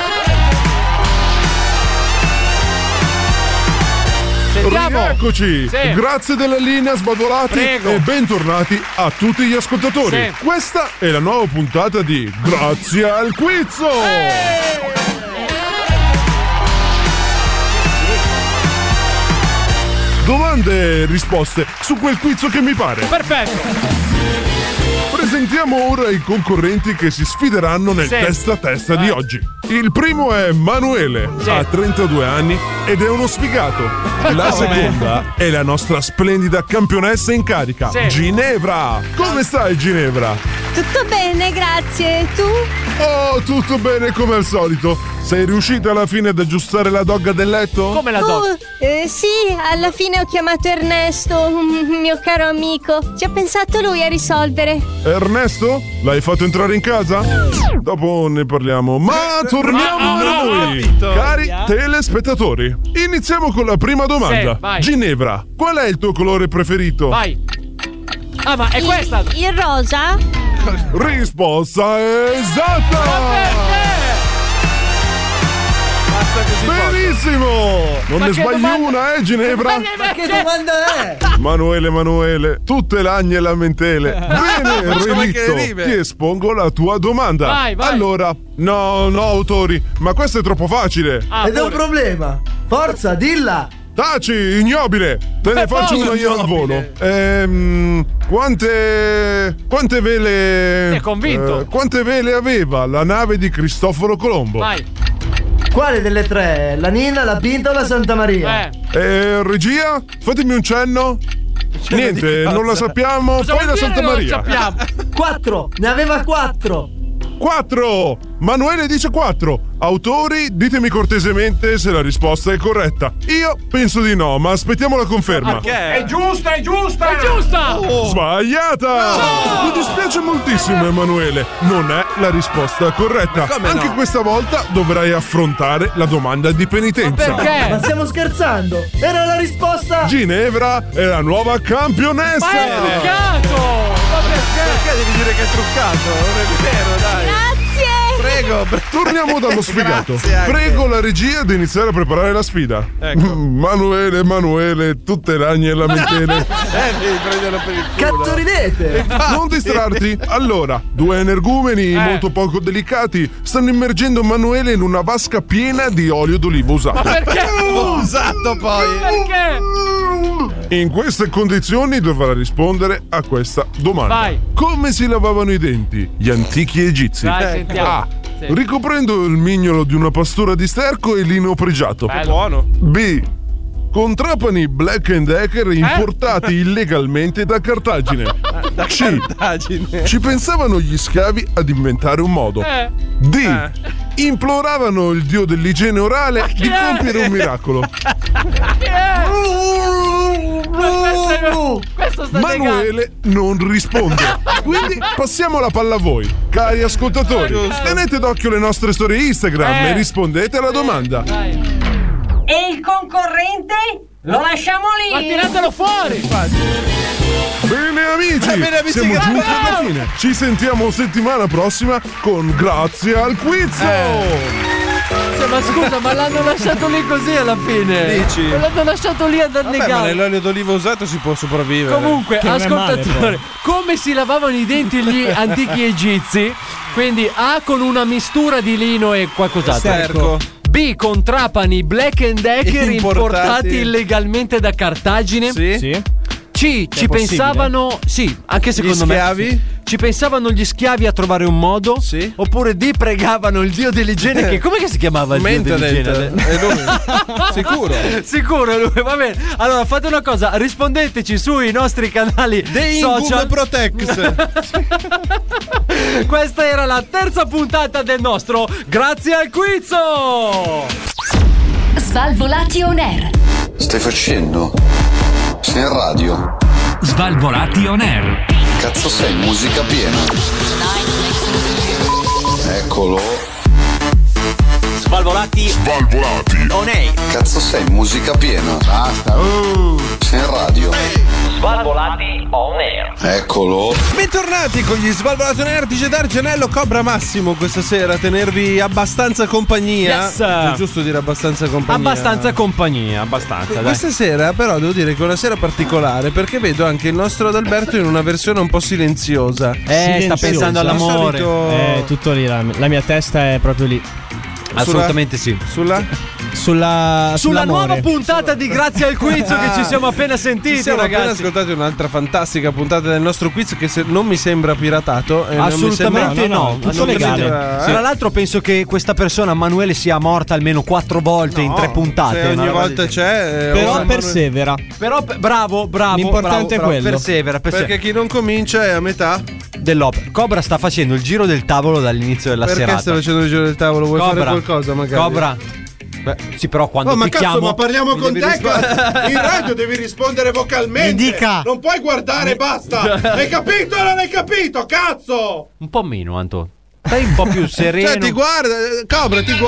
[SPEAKER 13] sentiamo.
[SPEAKER 11] Eccoci.
[SPEAKER 13] Sì.
[SPEAKER 11] Grazie della linea, Svalvolati.
[SPEAKER 13] Prego.
[SPEAKER 11] E bentornati a tutti gli ascoltatori.
[SPEAKER 13] Sì.
[SPEAKER 11] Questa è la nuova puntata di Grazie al Quizzo. Domande e risposte su quel quizzo che mi pare.
[SPEAKER 13] Perfetto.
[SPEAKER 11] Presentiamo ora i concorrenti che si sfideranno nel testa a testa di oggi. Il primo è Manuele, ha 32 anni ed è uno sfigato. La seconda è la nostra splendida campionessa in carica, Ginevra. Come stai, Ginevra?
[SPEAKER 10] Tutto bene, grazie. Tu?
[SPEAKER 11] Oh, tutto bene come al solito. Sei riuscita alla fine ad aggiustare la dogga del letto?
[SPEAKER 13] Come la dogga?
[SPEAKER 10] Sì, alla fine ho chiamato Ernesto, un mio caro amico. Ci ha pensato lui a risolvere.
[SPEAKER 11] Ernesto? L'hai fatto entrare in casa? Dopo ne parliamo. Ma torniamo a noi, cari telespettatori. Iniziamo con la prima domanda.
[SPEAKER 13] Vai.
[SPEAKER 11] Ginevra, qual è il tuo colore preferito?
[SPEAKER 13] Vai. Ah, ma è questa?
[SPEAKER 10] Il rosa?
[SPEAKER 11] Risposta esatta!
[SPEAKER 13] Ma perché?
[SPEAKER 11] Benissimo! Non ne sbagli una, Ginevra?
[SPEAKER 2] Ma che domanda è?
[SPEAKER 11] Manuele, tutte lagne e lamentele. Bene, Relitto, ti espongo la tua domanda.
[SPEAKER 13] Vai.
[SPEAKER 11] Allora, no, autori, ma questo è troppo facile.
[SPEAKER 2] Ed è un problema. Forza, dilla.
[SPEAKER 11] Taci, ignobile! Te ne faccio una io al volo. Quante vele...
[SPEAKER 13] Sei convinto?
[SPEAKER 11] Quante vele aveva la nave di Cristoforo Colombo?
[SPEAKER 13] Vai.
[SPEAKER 2] Quale delle tre? La Nina, la Pinta o la Santa Maria?
[SPEAKER 11] Regia? Fatemi un cenno. Niente, non la sappiamo.
[SPEAKER 13] Cosa
[SPEAKER 11] Poi
[SPEAKER 13] vuol
[SPEAKER 11] la
[SPEAKER 13] dire
[SPEAKER 11] Santa
[SPEAKER 13] non
[SPEAKER 11] Maria.
[SPEAKER 13] sappiamo?
[SPEAKER 2] 4, ne aveva 4.
[SPEAKER 11] 4! Manuele dice 4. Autori, ditemi cortesemente se la risposta è corretta. Io penso di no, ma aspettiamo la conferma.
[SPEAKER 12] È giusta!
[SPEAKER 13] È giusta!
[SPEAKER 11] Sbagliata! Mi dispiace moltissimo, Emanuele. Non è la risposta corretta. Anche questa volta dovrai affrontare la domanda di penitenza.
[SPEAKER 13] Perché?
[SPEAKER 2] Ma stiamo scherzando? Era la risposta.
[SPEAKER 11] Ginevra è la nuova campionessa.
[SPEAKER 13] Ma è truccato! Ma perché?
[SPEAKER 7] Devi dire che è truccato, non è vero, dai.
[SPEAKER 10] Grazie.
[SPEAKER 7] Prego.
[SPEAKER 11] Torniamo dallo sfigato.
[SPEAKER 7] Grazie anche.
[SPEAKER 11] Prego la regia di iniziare a preparare la sfida.
[SPEAKER 7] Ecco.
[SPEAKER 11] Manuele, tutte lagne e lamentele.
[SPEAKER 7] Devi prenderlo per il culo.
[SPEAKER 2] Cazzo ridete?
[SPEAKER 11] Non distrarti. Allora, due energumeni molto poco delicati stanno immergendo Manuele in una vasca piena di olio d'oliva usato.
[SPEAKER 13] Ma perché?
[SPEAKER 7] Usato poi.
[SPEAKER 13] Perché?
[SPEAKER 11] In queste condizioni dovrà rispondere a questa domanda.
[SPEAKER 13] Vai.
[SPEAKER 11] Come si lavavano i denti gli antichi egizi?
[SPEAKER 13] Dai, sentiamo.
[SPEAKER 11] A.
[SPEAKER 13] Sì.
[SPEAKER 11] Ricoprendo il mignolo di una pastura di sterco e lino pregiato.
[SPEAKER 7] Buono.
[SPEAKER 11] B. Con trapani Black & Decker importati illegalmente da Cartagine. C. Ci pensavano gli schiavi ad inventare un modo. D. Imploravano il dio dell'igiene orale di compiere un miracolo.
[SPEAKER 13] Questo sta
[SPEAKER 11] Manuele non risponde. Quindi passiamo la palla a voi, cari ascoltatori. Tenete d'occhio le nostre storie Instagram e rispondete alla domanda.
[SPEAKER 15] E il concorrente lo lasciamo lì.
[SPEAKER 13] Ma tiratelo fuori.
[SPEAKER 11] Bene amici, siamo giunti alla fine. Ci sentiamo settimana prossima con Grazie al Quizzo.
[SPEAKER 8] Ma scusa, ma l'hanno lasciato lì così alla fine?
[SPEAKER 7] Dici?
[SPEAKER 8] Ma l'hanno lasciato lì ad annegare.
[SPEAKER 7] Ma nell'olio d'oliva usato si può sopravvivere.
[SPEAKER 8] Comunque, ascoltatore, come si lavavano i denti gli antichi egizi? Quindi A con una mistura di lino e qualcos'altro.
[SPEAKER 7] Sterco.
[SPEAKER 8] B con trapani Black & Decker importati illegalmente da Cartagine.
[SPEAKER 7] Sì.
[SPEAKER 8] C, ci pensavano, sì, anche secondo me. Gli schiavi? Ci pensavano gli schiavi a trovare un modo? Sì. Oppure D, pregavano il dio dell'igiene, che com'è che si chiamava il dio dell'igiene?
[SPEAKER 7] È lui. Sicuro?
[SPEAKER 8] Sicuro è lui, va bene. Allora fate una cosa, rispondeteci sui nostri canali social.
[SPEAKER 7] Protex.
[SPEAKER 8] Questa era la terza puntata del nostro Grazie al Quizzo.
[SPEAKER 5] Svalvolati on air.
[SPEAKER 16] Stai facendo? Sei in radio?
[SPEAKER 6] Svalvolati on air.
[SPEAKER 16] Cazzo sei, musica piena. Eccolo.
[SPEAKER 6] Svalvolati.
[SPEAKER 3] Svalvolati.
[SPEAKER 1] On air.
[SPEAKER 16] Cazzo sei, musica piena.
[SPEAKER 1] Basta.
[SPEAKER 16] Sei in radio.
[SPEAKER 17] Svalvolati on air.
[SPEAKER 16] Eccolo.
[SPEAKER 7] Bentornati con gli Svalvolati on air di DJ Dargenello, Cobra Massimo questa sera a tenervi abbastanza compagnia.
[SPEAKER 8] Yes.
[SPEAKER 7] È giusto dire abbastanza compagnia.
[SPEAKER 8] Abbastanza, dai.
[SPEAKER 7] Questa sera però devo dire che è una sera particolare perché vedo anche il nostro Adalberto in una versione un po' silenziosa.
[SPEAKER 8] Sta pensando all'amore.
[SPEAKER 9] È tutto lì, la mia testa è proprio lì.
[SPEAKER 8] Assolutamente sì.
[SPEAKER 9] Sulla
[SPEAKER 8] nuova puntata di Grazie al Quiz che ci siamo appena sentiti,
[SPEAKER 7] siamo
[SPEAKER 8] ragazzi.
[SPEAKER 7] appena ascoltati un'altra fantastica puntata del nostro quiz che non mi sembra piratato.
[SPEAKER 8] Assolutamente no.
[SPEAKER 7] Tutto legale.
[SPEAKER 8] Tra l'altro penso che questa persona, Manuele, sia morta almeno 4 volte in 3 puntate.
[SPEAKER 7] Se ogni volta c'è.
[SPEAKER 9] Però persevera.
[SPEAKER 8] Però bravo.
[SPEAKER 9] L'importante è quello.
[SPEAKER 8] Persevera.
[SPEAKER 7] Perché chi non comincia è a metà
[SPEAKER 8] dell'opera. Cobra sta facendo il giro del tavolo dall'inizio della serata.
[SPEAKER 7] Perché sta facendo il giro del tavolo? Vuoi fare qualcosa magari?
[SPEAKER 8] Cobra. Sì, però quando
[SPEAKER 4] ma
[SPEAKER 8] ti
[SPEAKER 4] cazzo,
[SPEAKER 8] chiamo,
[SPEAKER 4] ma parliamo con te. In radio devi rispondere vocalmente.
[SPEAKER 2] Mi dica.
[SPEAKER 4] Non puoi guardare, basta. Hai capito o non hai capito? Cazzo!
[SPEAKER 8] Un po' meno, Anto. Stai un po' più sereno.
[SPEAKER 7] Cioè, ti guarda, Cobra, ti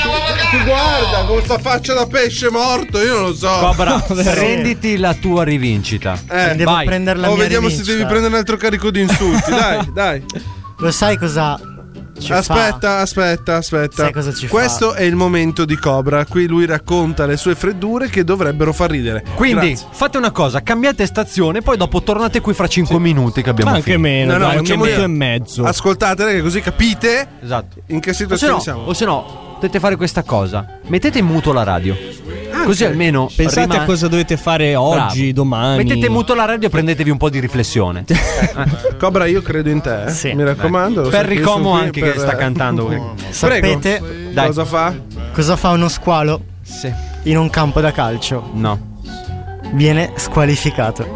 [SPEAKER 7] guarda con sta faccia da pesce morto. Io non lo so.
[SPEAKER 8] Cobra, prenditi la tua rivincita.
[SPEAKER 2] Devo prendere la mia
[SPEAKER 7] vediamo
[SPEAKER 2] rivincita.
[SPEAKER 7] se devi prendere un altro carico di insulti. Dai.
[SPEAKER 2] Lo sai cosa?
[SPEAKER 7] Aspetta.
[SPEAKER 2] Sai cosa ci
[SPEAKER 7] Questo è il momento di Cobra. Qui lui racconta le sue freddure che dovrebbero far ridere.
[SPEAKER 8] Quindi fate una cosa, cambiate stazione, poi dopo tornate qui fra 5 minuti che abbiamo
[SPEAKER 9] anche
[SPEAKER 8] finito.
[SPEAKER 9] meno,
[SPEAKER 7] No,
[SPEAKER 9] un minuto e mezzo.
[SPEAKER 7] Ascoltatele che così capite.
[SPEAKER 8] Esatto.
[SPEAKER 7] In che situazione siamo.
[SPEAKER 8] O se no, potete fare questa cosa. Mettete in muto la radio. Così almeno
[SPEAKER 9] pensate a cosa dovete fare oggi, domani.
[SPEAKER 8] Mettete in muto la radio e prendetevi un po' di riflessione.
[SPEAKER 7] Cobra, io credo in te.
[SPEAKER 2] Sì.
[SPEAKER 7] Mi raccomando.
[SPEAKER 8] Per Ricomo anche che sta cantando.
[SPEAKER 2] Sapete
[SPEAKER 8] Dai.
[SPEAKER 7] Cosa fa?
[SPEAKER 2] cosa fa uno squalo
[SPEAKER 8] Sì.
[SPEAKER 2] in un campo da calcio?
[SPEAKER 8] No.
[SPEAKER 2] Viene squalificato.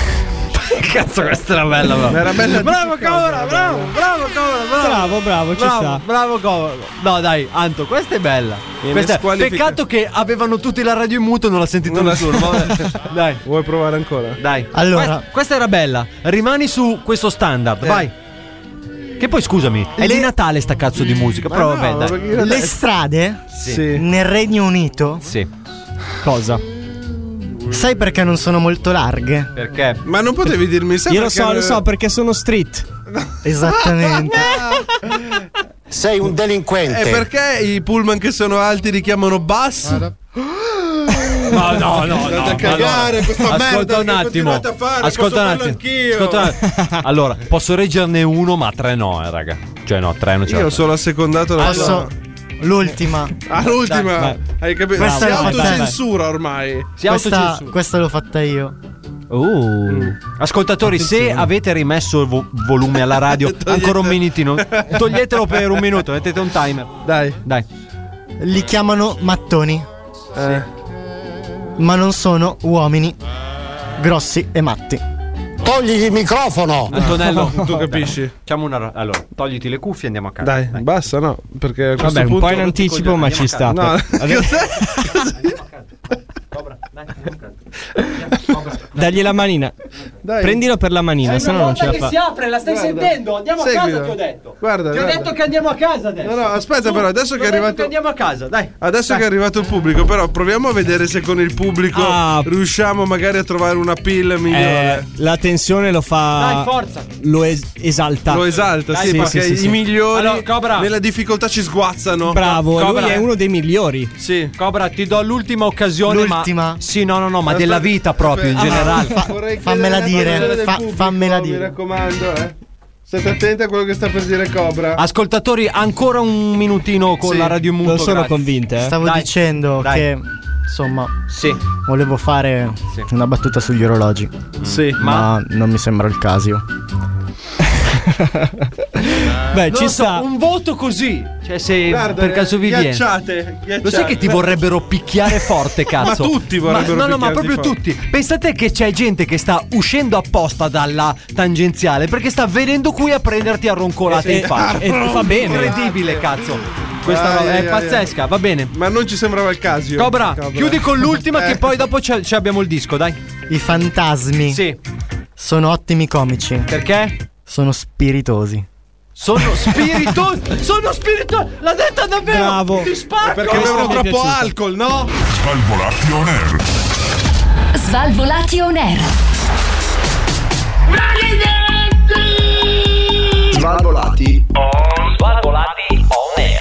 [SPEAKER 8] Cazzo, questa era bella, bro.
[SPEAKER 7] Era bella.
[SPEAKER 8] Bravo Cobra, bravo Cobra,
[SPEAKER 9] Bravo, ci sta.
[SPEAKER 8] Bravo Cobra. No, dai, Anto, questa è bella. Peccato che avevano tutti la radio in muto e non l'ha sentito nessuno. Vabbè. Dai.
[SPEAKER 7] Vuoi provare ancora?
[SPEAKER 8] Dai.
[SPEAKER 2] Allora.
[SPEAKER 8] Questa era bella. Rimani su questo standard, vai. Che poi scusami, è di Natale sta cazzo di musica, però vabbè, dai.
[SPEAKER 2] Le strade
[SPEAKER 7] Sì.
[SPEAKER 2] nel Regno Unito.
[SPEAKER 8] Sì.
[SPEAKER 9] Cosa?
[SPEAKER 2] Sai perché non sono molto larghe?
[SPEAKER 8] Perché?
[SPEAKER 7] Ma non potevi dirmi
[SPEAKER 9] Io lo so perché sono street.
[SPEAKER 2] Esattamente.
[SPEAKER 18] Sei un delinquente.
[SPEAKER 7] E perché i pullman che sono alti li chiamano bus?
[SPEAKER 8] No.
[SPEAKER 7] Andate a cagare questa merda.
[SPEAKER 8] Ascolta un attimo. Allora, posso reggerne uno, ma 3 no, raga. Cioè no, 3 non ce la
[SPEAKER 7] Io
[SPEAKER 8] faccio.
[SPEAKER 7] solo assecondato la
[SPEAKER 2] L'ultima.
[SPEAKER 7] l'ultima.
[SPEAKER 8] Dai.
[SPEAKER 7] Hai capito?
[SPEAKER 2] Questa
[SPEAKER 7] Si
[SPEAKER 2] l'ho fatta.
[SPEAKER 7] autocensura ormai.
[SPEAKER 2] Questa l'ho fatta io.
[SPEAKER 8] Ascoltatori, se avete rimesso il volume alla radio, ancora un minutino, toglietelo per un minuto, mettete un timer.
[SPEAKER 7] Dai.
[SPEAKER 2] Li chiamano mattoni. Ma non sono uomini grossi e matti.
[SPEAKER 18] Togli il microfono.
[SPEAKER 8] Antonello,
[SPEAKER 7] Tu capisci?
[SPEAKER 8] Facciamo allora, togliti le cuffie e andiamo a casa.
[SPEAKER 7] Dai, basta, no? Perché a questo
[SPEAKER 9] Vabbè,
[SPEAKER 7] punto
[SPEAKER 9] un po' in anticipo, ma ci sta.
[SPEAKER 7] No,
[SPEAKER 9] Dagli la manina.
[SPEAKER 7] Dai.
[SPEAKER 9] Prendilo per la manina, se no non ce la fa.
[SPEAKER 8] Si apre, la stai sentendo? Andiamo a casa, ti ho detto.
[SPEAKER 7] Guarda,
[SPEAKER 8] Ti ho detto che andiamo a casa adesso.
[SPEAKER 7] No, aspetta, però, adesso che è arrivato.
[SPEAKER 8] Che andiamo a casa, dai.
[SPEAKER 7] Adesso che è arrivato il pubblico, però proviamo a vedere se con il pubblico riusciamo magari a trovare una pill migliore.
[SPEAKER 9] La tensione lo fa.
[SPEAKER 8] Dai, forza.
[SPEAKER 9] Lo esalta.
[SPEAKER 7] Lo esalta,
[SPEAKER 9] Dai,
[SPEAKER 7] sì, perché
[SPEAKER 9] sì.
[SPEAKER 7] i migliori
[SPEAKER 8] Allora, Cobra.
[SPEAKER 7] nella difficoltà ci sguazzano.
[SPEAKER 9] Bravo,
[SPEAKER 8] Cobra.
[SPEAKER 9] lui è uno dei migliori.
[SPEAKER 7] Sì.
[SPEAKER 8] Cobra, ti do l'ultima occasione.
[SPEAKER 2] L'ultima?
[SPEAKER 8] Sì, no, ma della vita proprio in generale.
[SPEAKER 2] Fammela dire. Fammela
[SPEAKER 7] Mi
[SPEAKER 2] dire.
[SPEAKER 7] raccomando, State attenti a quello che sta per dire Cobra.
[SPEAKER 8] Ascoltatori, ancora un minutino con la radio in muto.
[SPEAKER 9] Non sono
[SPEAKER 8] grazie.
[SPEAKER 9] convinte.
[SPEAKER 2] Stavo dicendo che insomma volevo fare una battuta sugli orologi.
[SPEAKER 7] Sì,
[SPEAKER 2] ma non mi sembra il caso.
[SPEAKER 9] Beh,
[SPEAKER 8] Non
[SPEAKER 9] ci
[SPEAKER 8] so,
[SPEAKER 9] sta.
[SPEAKER 8] un voto così. Cioè, se
[SPEAKER 7] Guarda,
[SPEAKER 8] per caso vi viene.
[SPEAKER 7] ghiacciate.
[SPEAKER 8] Lo sai che ti vorrebbero picchiare forte, cazzo?
[SPEAKER 7] Ma tutti vorrebbero
[SPEAKER 8] ma
[SPEAKER 7] picchiarti
[SPEAKER 8] proprio
[SPEAKER 7] forte.
[SPEAKER 8] tutti. Pensate che c'è gente che sta uscendo apposta dalla tangenziale perché sta venendo qui a prenderti a roncolate in faccia.
[SPEAKER 9] E fa bene.
[SPEAKER 8] Incredibile, cazzo. Questa roba è pazzesca, va bene.
[SPEAKER 7] Ma non ci sembrava il caso.
[SPEAKER 8] Cobra, chiudi con l'ultima che poi dopo ci abbiamo il disco, dai.
[SPEAKER 2] I fantasmi
[SPEAKER 8] Sì.
[SPEAKER 2] sono ottimi comici.
[SPEAKER 8] Perché?
[SPEAKER 2] Sono spiritosi.
[SPEAKER 8] Sono spiritoso. L'ha detta davvero.
[SPEAKER 9] Bravo.
[SPEAKER 8] Ti spacco.
[SPEAKER 7] Perché avevano troppo alcol, no?
[SPEAKER 3] Svalvolati on air.
[SPEAKER 5] Svalvolati on air.
[SPEAKER 16] Svalvolati.
[SPEAKER 17] Svalvolati on air.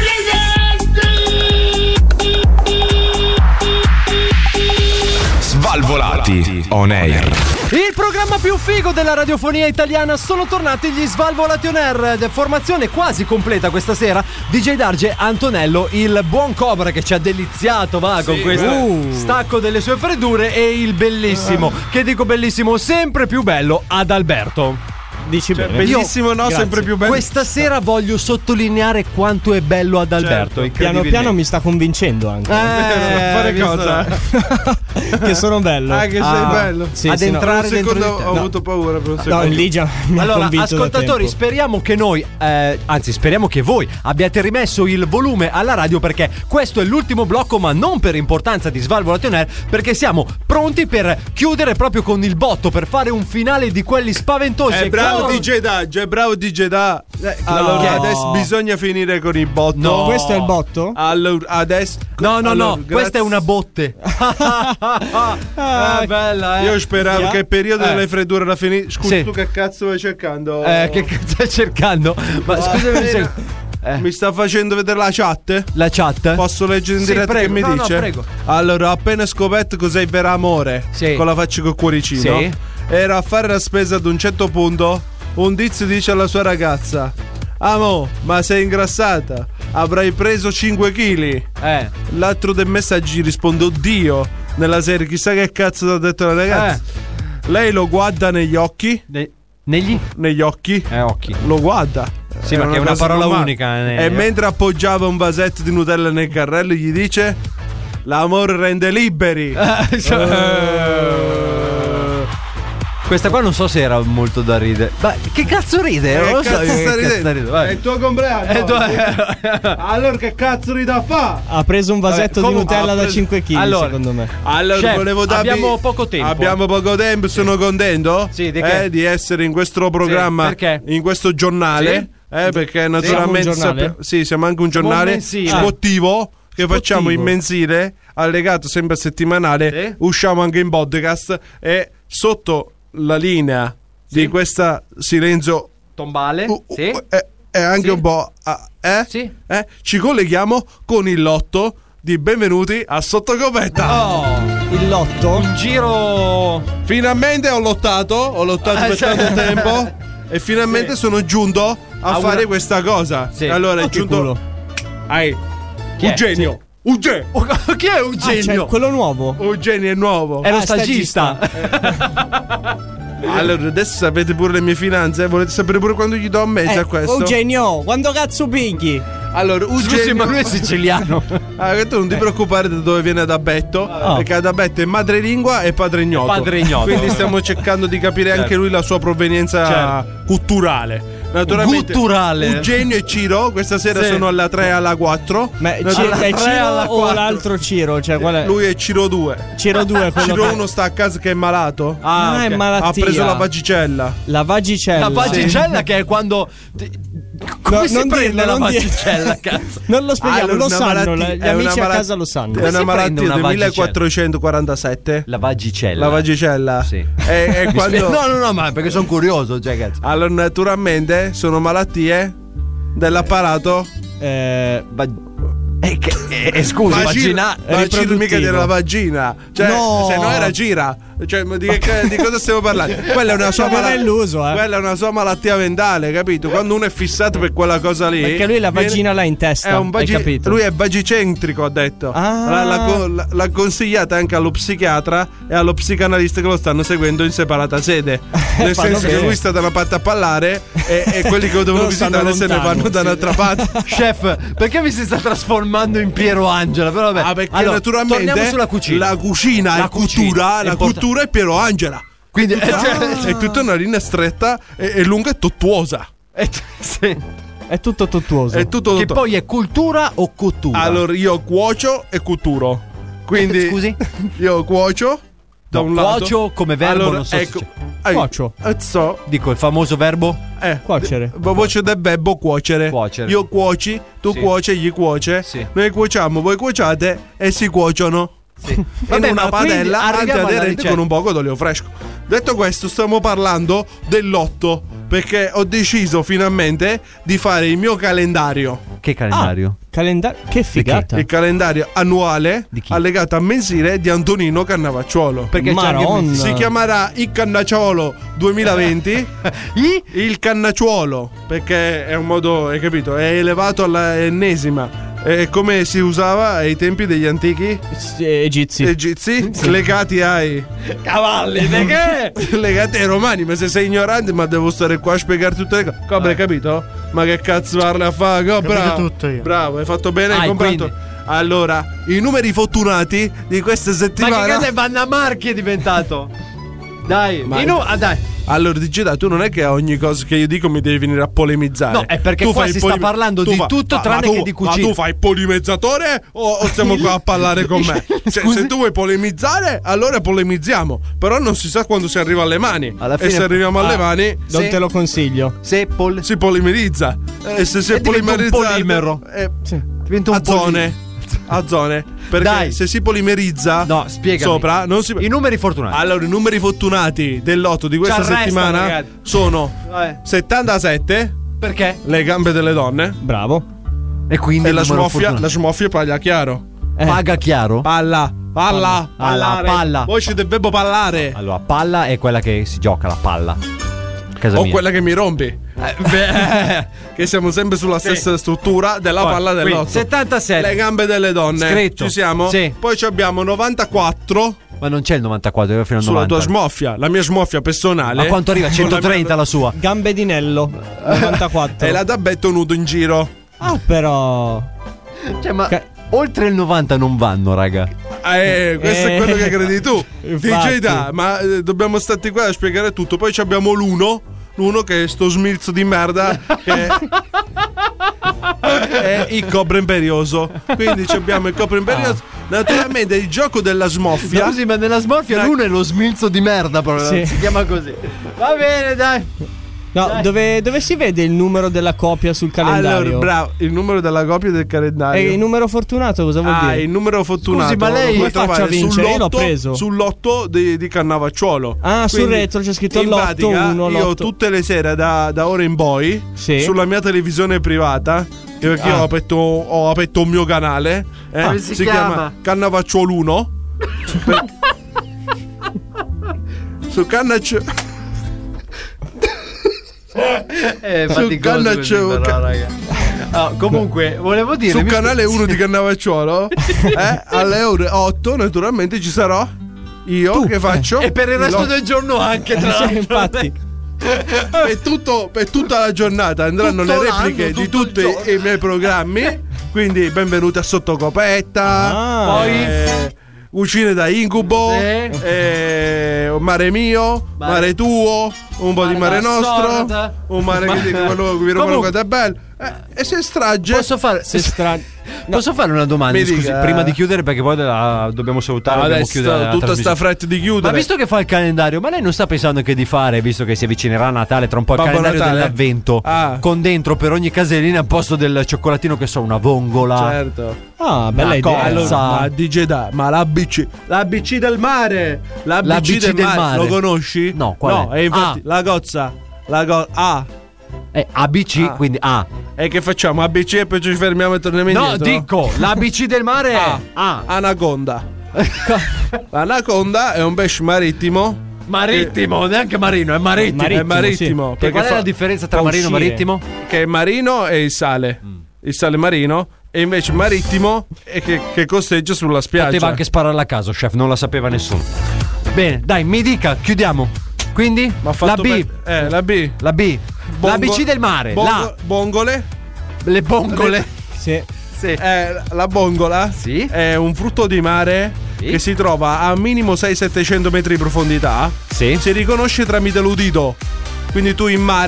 [SPEAKER 1] Svalvolati on air.
[SPEAKER 8] Il programma più figo della radiofonia italiana, sono tornati gli Svalvolati on air. Formazione quasi completa questa sera. DJ Darge, Antonello, il buon Cobra che ci ha deliziato con questo stacco delle sue freddure, e il bellissimo, che dico bellissimo, sempre più bello, Adalberto.
[SPEAKER 9] Dici bene.
[SPEAKER 7] Bellissimo, no?
[SPEAKER 9] Grazie.
[SPEAKER 7] Sempre più bello.
[SPEAKER 8] Questa sera voglio sottolineare quanto è bello Adalberto.
[SPEAKER 9] Piano piano mi sta convincendo anche.
[SPEAKER 7] Fare cosa?
[SPEAKER 9] Che sono bello.
[SPEAKER 7] Che sei bello.
[SPEAKER 9] Sì,
[SPEAKER 8] ad entrare
[SPEAKER 9] no,
[SPEAKER 8] dentro di te.
[SPEAKER 7] Ho avuto paura per un secondo.
[SPEAKER 9] No, lì già mi ha
[SPEAKER 8] allora,
[SPEAKER 9] convinto
[SPEAKER 8] ascoltatori, speriamo che noi, anzi speriamo che voi abbiate rimesso il volume alla radio, perché questo è l'ultimo blocco, ma non per importanza di Svalvolati on air, perché siamo pronti per chiudere proprio con il botto, per fare un finale di quelli spaventosi.
[SPEAKER 7] Bravo DJ Darge, bravo DJ Da. Allora adesso bisogna finire con il botto.
[SPEAKER 8] No.
[SPEAKER 9] Questo è il botto?
[SPEAKER 7] Allora adesso
[SPEAKER 8] No, questa è una botte. Bella,
[SPEAKER 7] Io speravo che il periodo delle freddure era finito. Scusa, tu che cazzo vai cercando?
[SPEAKER 8] Che cazzo stai cercando? Ma scusami,
[SPEAKER 7] mi sta facendo vedere la chat?
[SPEAKER 8] La chat?
[SPEAKER 7] Posso leggere in diretta
[SPEAKER 8] prego.
[SPEAKER 7] che mi dice?
[SPEAKER 8] No, prego.
[SPEAKER 7] Allora, ho appena scoperto cos'è il vero amore. Con la faccia col cuoricino.
[SPEAKER 8] Sì.
[SPEAKER 7] Era a fare la spesa ad un certo punto. Un tizio dice alla sua ragazza: amo, ma sei ingrassata, avrai preso 5 kg. L'altro dei messaggi risponde: oddio. Nella serie, chissà che cazzo ti ha detto la ragazza. Lei lo guarda negli occhi.
[SPEAKER 8] Negli
[SPEAKER 7] occhi.
[SPEAKER 8] Occhi.
[SPEAKER 7] Lo guarda.
[SPEAKER 8] Sì, ma che è una parola unica.
[SPEAKER 7] E mentre appoggiava un vasetto di Nutella nel carrello, gli dice: l'amore rende liberi.
[SPEAKER 8] Questa qua non so se era molto da ridere. Ma che cazzo ride? Non lo so che
[SPEAKER 7] sta
[SPEAKER 8] cazzo sta ridendo.
[SPEAKER 7] È il tuo compleanno. Allora che cazzo rida fa?
[SPEAKER 9] Ha preso un vasetto di Nutella da 5 kg, secondo me.
[SPEAKER 7] Allora,
[SPEAKER 8] Chef,
[SPEAKER 7] volevo darvi...
[SPEAKER 8] abbiamo poco tempo.
[SPEAKER 7] Sono contento di essere in questo programma,
[SPEAKER 8] perché?
[SPEAKER 7] In questo giornale. Perché naturalmente siamo anche un giornale sportivo che facciamo in mensile, allegato sempre a settimanale. Usciamo anche in podcast, e sotto la linea di questa silenzio
[SPEAKER 8] tombale
[SPEAKER 7] è anche un po' ci colleghiamo con il lotto di benvenuti a Sottocopetta.
[SPEAKER 9] Il lotto?
[SPEAKER 8] Un giro.
[SPEAKER 7] Finalmente ho lottato per tanto tempo e finalmente sono giunto a fare questa cosa. Allora è giunto Eugenio.
[SPEAKER 8] Chi è Eugenio?
[SPEAKER 9] Cioè, quello nuovo.
[SPEAKER 7] Eugenio è nuovo.
[SPEAKER 8] È lo stagista.
[SPEAKER 7] Allora, adesso sapete pure le mie finanze. Volete sapere pure quando gli do a mezzo a questo?
[SPEAKER 9] Eugenio, quando cazzo pinghi?
[SPEAKER 7] Allora,
[SPEAKER 8] Scusi, ma lui è siciliano.
[SPEAKER 7] Tu non ti preoccupare da dove viene Adabetto, perché Adabetto è madrelingua e padre ignoto. Quindi stiamo cercando di capire anche lui la sua provenienza culturale. Naturalmente Eugenio e Ciro questa sera sono alla 3 e alla 4.
[SPEAKER 9] Ma è Ciro o l'altro Ciro? Cioè, qual è?
[SPEAKER 7] Lui è Ciro 2.
[SPEAKER 9] Ciro 2,
[SPEAKER 7] Ciro 1 sta a casa che è malato.
[SPEAKER 9] È malattia.
[SPEAKER 7] Ha preso la vagicella.
[SPEAKER 9] La vagicella
[SPEAKER 8] che è quando come si prende la vagicella, cazzo?
[SPEAKER 9] Non lo spieghiamo, lo sanno, gli amici a casa lo sanno.
[SPEAKER 7] È una malattia del 1447.
[SPEAKER 8] La vagicella.
[SPEAKER 7] La vagicella.
[SPEAKER 8] Sì.
[SPEAKER 7] È quando...
[SPEAKER 8] No, ma perché sono curioso, cioè, cazzo.
[SPEAKER 7] Allora, naturalmente sono malattie dell'apparato
[SPEAKER 8] scusa, vagina
[SPEAKER 7] mica della vagina. Cioè, se no era gira. Cioè, di cosa stiamo parlando? Quella è una sua malattia. Quella è una sua malattia mentale, capito? Quando uno è fissato per quella cosa lì.
[SPEAKER 9] Perché lui la vagina l'ha in testa. Hai capito?
[SPEAKER 7] Lui è vagicentrico, ha detto. L'ha consigliata anche allo psichiatra e allo psicanalista che lo stanno seguendo in separata sede. Nel senso che lui sta da una parte a parlare e quelli che lo devono visitare se ne vanno da un'altra parte.
[SPEAKER 8] Chef, perché mi si sta trasformando in Piero Angela? Però vabbè.
[SPEAKER 7] Perché naturalmente
[SPEAKER 8] torniamo sulla cucina.
[SPEAKER 7] La cucina è cultura, la cultura è Piero Angela.
[SPEAKER 8] Quindi
[SPEAKER 7] è tutta una linea stretta e lunga e tortuosa.
[SPEAKER 9] È tutto tortuoso.
[SPEAKER 8] Che poi è cultura o cottura?
[SPEAKER 7] Allora io cuocio e culturo. Quindi
[SPEAKER 8] scusi?
[SPEAKER 7] Io cuocio da un lato.
[SPEAKER 8] Cuocio come verbo non so
[SPEAKER 9] Cuocio.
[SPEAKER 8] Dico il famoso verbo
[SPEAKER 9] cuocere.
[SPEAKER 7] Voce del verbo cuocere. Io cuoci, tu cuoci, egli cuoce. Noi cuociamo, voi cuociate e si cuociono.
[SPEAKER 8] Vabbè,
[SPEAKER 7] in una padella antiaderente con un poco d'olio fresco. Detto questo, stiamo parlando del lotto, perché ho deciso finalmente di fare il mio calendario.
[SPEAKER 8] Che calendario?
[SPEAKER 9] Che figata.
[SPEAKER 7] Il calendario annuale allegato a mensile di Antonino Cannavacciuolo.
[SPEAKER 8] Perché
[SPEAKER 7] si chiamerà il Cannacciolo 2020. Il Cannacciuolo, perché è un modo, hai capito, è elevato all'ennesima. Come si usava ai tempi degli antichi egizi legati ai
[SPEAKER 8] cavalli, che?
[SPEAKER 7] legati ai romani. Ma se sei ignorante, ma devo stare qua a spiegare tutte le cose. Cobra, hai capito? Ma che cazzo parla a fare? Bravo, hai fatto bene, hai comprato. Quindi. Allora, i numeri fortunati di questa settimana.
[SPEAKER 8] Ma che cazzo è Vanna Marchi è diventato? Dai, dai.
[SPEAKER 7] Allora, Digida, tu non è che a ogni cosa che io dico mi devi venire a polemizzare.
[SPEAKER 8] No, è perché tu qua si sta parlando di tutto tranne che di cucina.
[SPEAKER 7] Ma tu fai il polemizzatore o stiamo qua a parlare con me? Se tu vuoi polemizzare, allora polemizziamo. Però non si sa quando si arriva alle mani. E se arriviamo alle mani,
[SPEAKER 9] non te lo consiglio.
[SPEAKER 7] Si polimizza. E se si è polimerizzato,
[SPEAKER 8] polimero. Diventa un
[SPEAKER 7] a zone. Perché se si polimerizza sopra non si...
[SPEAKER 8] I numeri fortunati.
[SPEAKER 7] Allora, i numeri fortunati del lotto di questa settimana sono 77.
[SPEAKER 8] Perché?
[SPEAKER 7] Le gambe delle donne.
[SPEAKER 9] Bravo.
[SPEAKER 7] E quindi la smoffia paglia chiaro.
[SPEAKER 8] Paga chiaro?
[SPEAKER 7] Palla. Voce del verbo pallare.
[SPEAKER 8] Allora, palla è quella che si gioca, la palla.
[SPEAKER 7] Casa mia. Quella che mi rompi. Che siamo sempre sulla stessa struttura della palla dell'otto.
[SPEAKER 8] 77.
[SPEAKER 7] Le gambe delle donne.
[SPEAKER 8] Scritto.
[SPEAKER 7] Ci siamo?
[SPEAKER 8] Sì.
[SPEAKER 7] Poi abbiamo 94.
[SPEAKER 8] Ma non c'è il 94, fino al 90.
[SPEAKER 7] Sulla tua smoffia, la mia smoffia personale.
[SPEAKER 8] A quanto arriva? 130 la sua.
[SPEAKER 9] Gambe di Nello 94.
[SPEAKER 7] E la dabbetto nudo in giro.
[SPEAKER 9] Ah, però.
[SPEAKER 8] Cioè, ma oltre il 90 non vanno, raga.
[SPEAKER 7] Questo è quello che credi tu. Digita, ma dobbiamo starti qua a spiegare tutto. Poi abbiamo l'uno che è sto smilzo di merda che è il Cobra Imperioso. Quindi abbiamo il Cobra Imperioso. Naturalmente il gioco della smoffia.
[SPEAKER 8] Scusi, ma nella smoffia l'uno è lo smilzo di merda proprio. Si chiama così. Va bene, dai.
[SPEAKER 9] No, dove si vede il numero della copia sul calendario?
[SPEAKER 7] Allora, bravo, il numero della copia del calendario.
[SPEAKER 9] E il numero fortunato cosa vuol dire?
[SPEAKER 7] Il numero fortunato.
[SPEAKER 9] Scusi, ma lei come faccia a vincere? Io l'ho preso.
[SPEAKER 7] Sull'otto di Cannavacciuolo.
[SPEAKER 9] Sul retro c'è scritto l'otto 1.
[SPEAKER 7] Io tutte le sere da ora in poi sulla mia televisione privata, perché io ho aperto un mio canale,
[SPEAKER 8] si
[SPEAKER 7] chiama Cannavacciolo 1. Su Cannavacciolo
[SPEAKER 8] comunque volevo dire
[SPEAKER 7] sul canale 1 di Cannavacciolo alle ore 8 naturalmente ci sarò io che faccio
[SPEAKER 8] e per il resto del giorno anche tra l'altro.
[SPEAKER 9] Infatti
[SPEAKER 7] per tutta la giornata andranno le repliche di tutti i miei programmi, quindi benvenuti a Sottocopetta, poi Cucine da Incubo, Mare Mio, Mare Tuo, un po' di Mare Nostro, un mare che quello che vi romano è bello. E se strage.
[SPEAKER 8] Posso fare una domanda? Scusi, prima di chiudere, perché poi dobbiamo salutare. Dobbiamo chiudere
[SPEAKER 7] tutta sta fretta di chiudere.
[SPEAKER 8] Ma visto che fa il calendario, ma lei non sta pensando che di fare, visto che si avvicinerà a Natale tra un po', il calendario dell'avvento, con dentro per ogni casellina al posto del cioccolatino che so, una vongola.
[SPEAKER 7] Certo.
[SPEAKER 9] Bella idea.
[SPEAKER 7] Allora, ma l'ABC del mare. L'ABC del mare. Lo conosci?
[SPEAKER 8] No, qual è?
[SPEAKER 7] Infatti la gozza. A.
[SPEAKER 8] ABC, quindi A.
[SPEAKER 7] E che facciamo? ABC e poi ci fermiamo e torniamo indietro?
[SPEAKER 8] No, dico, l'ABC del mare è
[SPEAKER 7] Anaconda. L'anaconda è un pesce marittimo.
[SPEAKER 8] Neanche marino, è marittimo.
[SPEAKER 7] È marittimo.
[SPEAKER 8] Sì. Qual è la differenza tra marino e marittimo?
[SPEAKER 7] Che marino è il sale. Il sale marino. E invece marittimo è che costeggia sulla spiaggia.
[SPEAKER 8] Poteva anche spararla a caso, chef, non la sapeva nessuno. Bene, dai, mi dica, chiudiamo. Quindi la B.
[SPEAKER 7] La B.
[SPEAKER 8] La B. L'ABC del mare.
[SPEAKER 7] Bongole.
[SPEAKER 8] Le bongole.
[SPEAKER 9] Sì.
[SPEAKER 7] La bongola è un frutto di mare che si trova a minimo 600-700 metri di profondità. Si riconosce tramite l'udito. Quindi tu in mare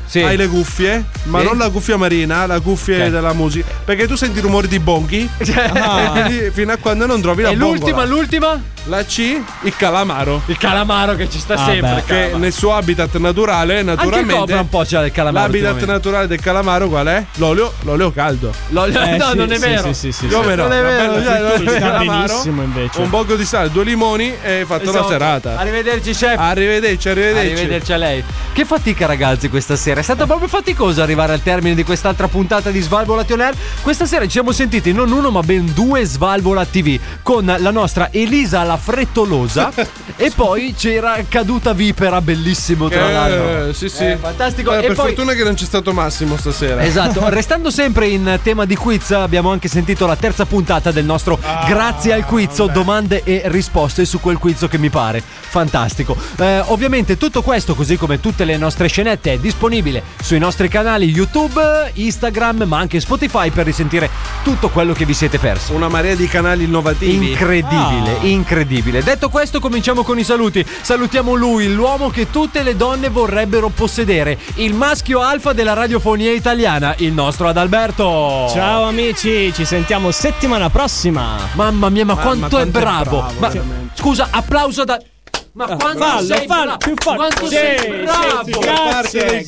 [SPEAKER 7] hai le cuffie, ma non la cuffia marina, la cuffia della musica. Perché tu senti i rumori di bonghi fino a quando non trovi la bongola.
[SPEAKER 8] L'ultima?
[SPEAKER 7] La C, il calamaro.
[SPEAKER 8] Il calamaro che ci sta sempre.
[SPEAKER 7] Che nel suo habitat naturale, naturalmente.
[SPEAKER 8] Anche Cobra un po' c'ha il calamaro.
[SPEAKER 7] L'habitat naturale del calamaro qual è? L'olio caldo.
[SPEAKER 8] No, non è vero.
[SPEAKER 7] Sì. Come no?
[SPEAKER 8] Non è vero.
[SPEAKER 2] Sta benissimo invece.
[SPEAKER 7] Un poco di sale, 2 limoni e hai fatto la serata.
[SPEAKER 8] Arrivederci, chef.
[SPEAKER 7] Arrivederci.
[SPEAKER 8] Arrivederci a lei. Che fatica, ragazzi, questa sera. È stato proprio faticoso arrivare al termine di quest'altra puntata di Svalvolati On Air. Questa sera ci siamo sentiti non uno, ma ben 2 Svalvola TV con la nostra Elisa la frettolosa e poi c'era Caduta Vipera, bellissimo tra l'altro.
[SPEAKER 7] Sì.
[SPEAKER 8] Fantastico. E
[SPEAKER 7] per
[SPEAKER 8] poi...
[SPEAKER 7] fortuna che non c'è stato Massimo stasera.
[SPEAKER 8] Esatto. Restando sempre in tema di quiz, abbiamo anche sentito la terza puntata del nostro Grazie al quiz, domande e risposte su quel quiz che mi pare fantastico. Ovviamente tutto questo, così come tutte le nostre scenette, è disponibile sui nostri canali YouTube, Instagram, ma anche Spotify per risentire tutto quello che vi siete persi.
[SPEAKER 7] Una marea di canali innovativi.
[SPEAKER 8] Incredibile. Detto questo, cominciamo con i saluti. Salutiamo lui, l'uomo che tutte le donne vorrebbero possedere, il maschio alfa della radiofonia italiana, il nostro Adalberto.
[SPEAKER 9] Ciao amici, ci sentiamo settimana prossima.
[SPEAKER 8] Mamma mia, ma quanto è bravo. Ma scusa, applauso da... Ma quanto sei bravo?
[SPEAKER 9] Più forte.
[SPEAKER 8] Quanto sei bravo?
[SPEAKER 9] Grazie.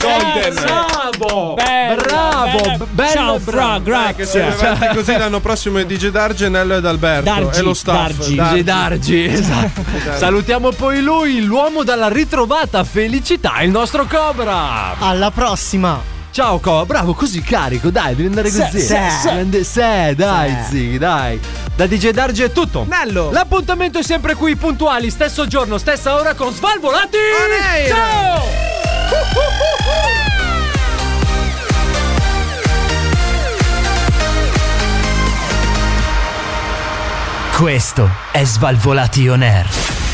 [SPEAKER 8] Bravo.
[SPEAKER 9] Ciao Fra, grazie.
[SPEAKER 7] Così l'anno prossimo è DJ Darge, Nello ed Alberto e lo staff.
[SPEAKER 8] DJ Dargi, esatto. Salutiamo poi lui, l'uomo dalla ritrovata felicità, il nostro Cobra.
[SPEAKER 2] Alla prossima.
[SPEAKER 8] Ciao Cobra, bravo, così carico, dai, devi andare così. Dai. Da DJ Dargi è tutto.
[SPEAKER 7] Nello.
[SPEAKER 8] L'appuntamento è sempre qui, puntuali, stesso giorno, stessa ora con Svalvolati. Ciao.
[SPEAKER 6] Questo è Svalvolati On Air.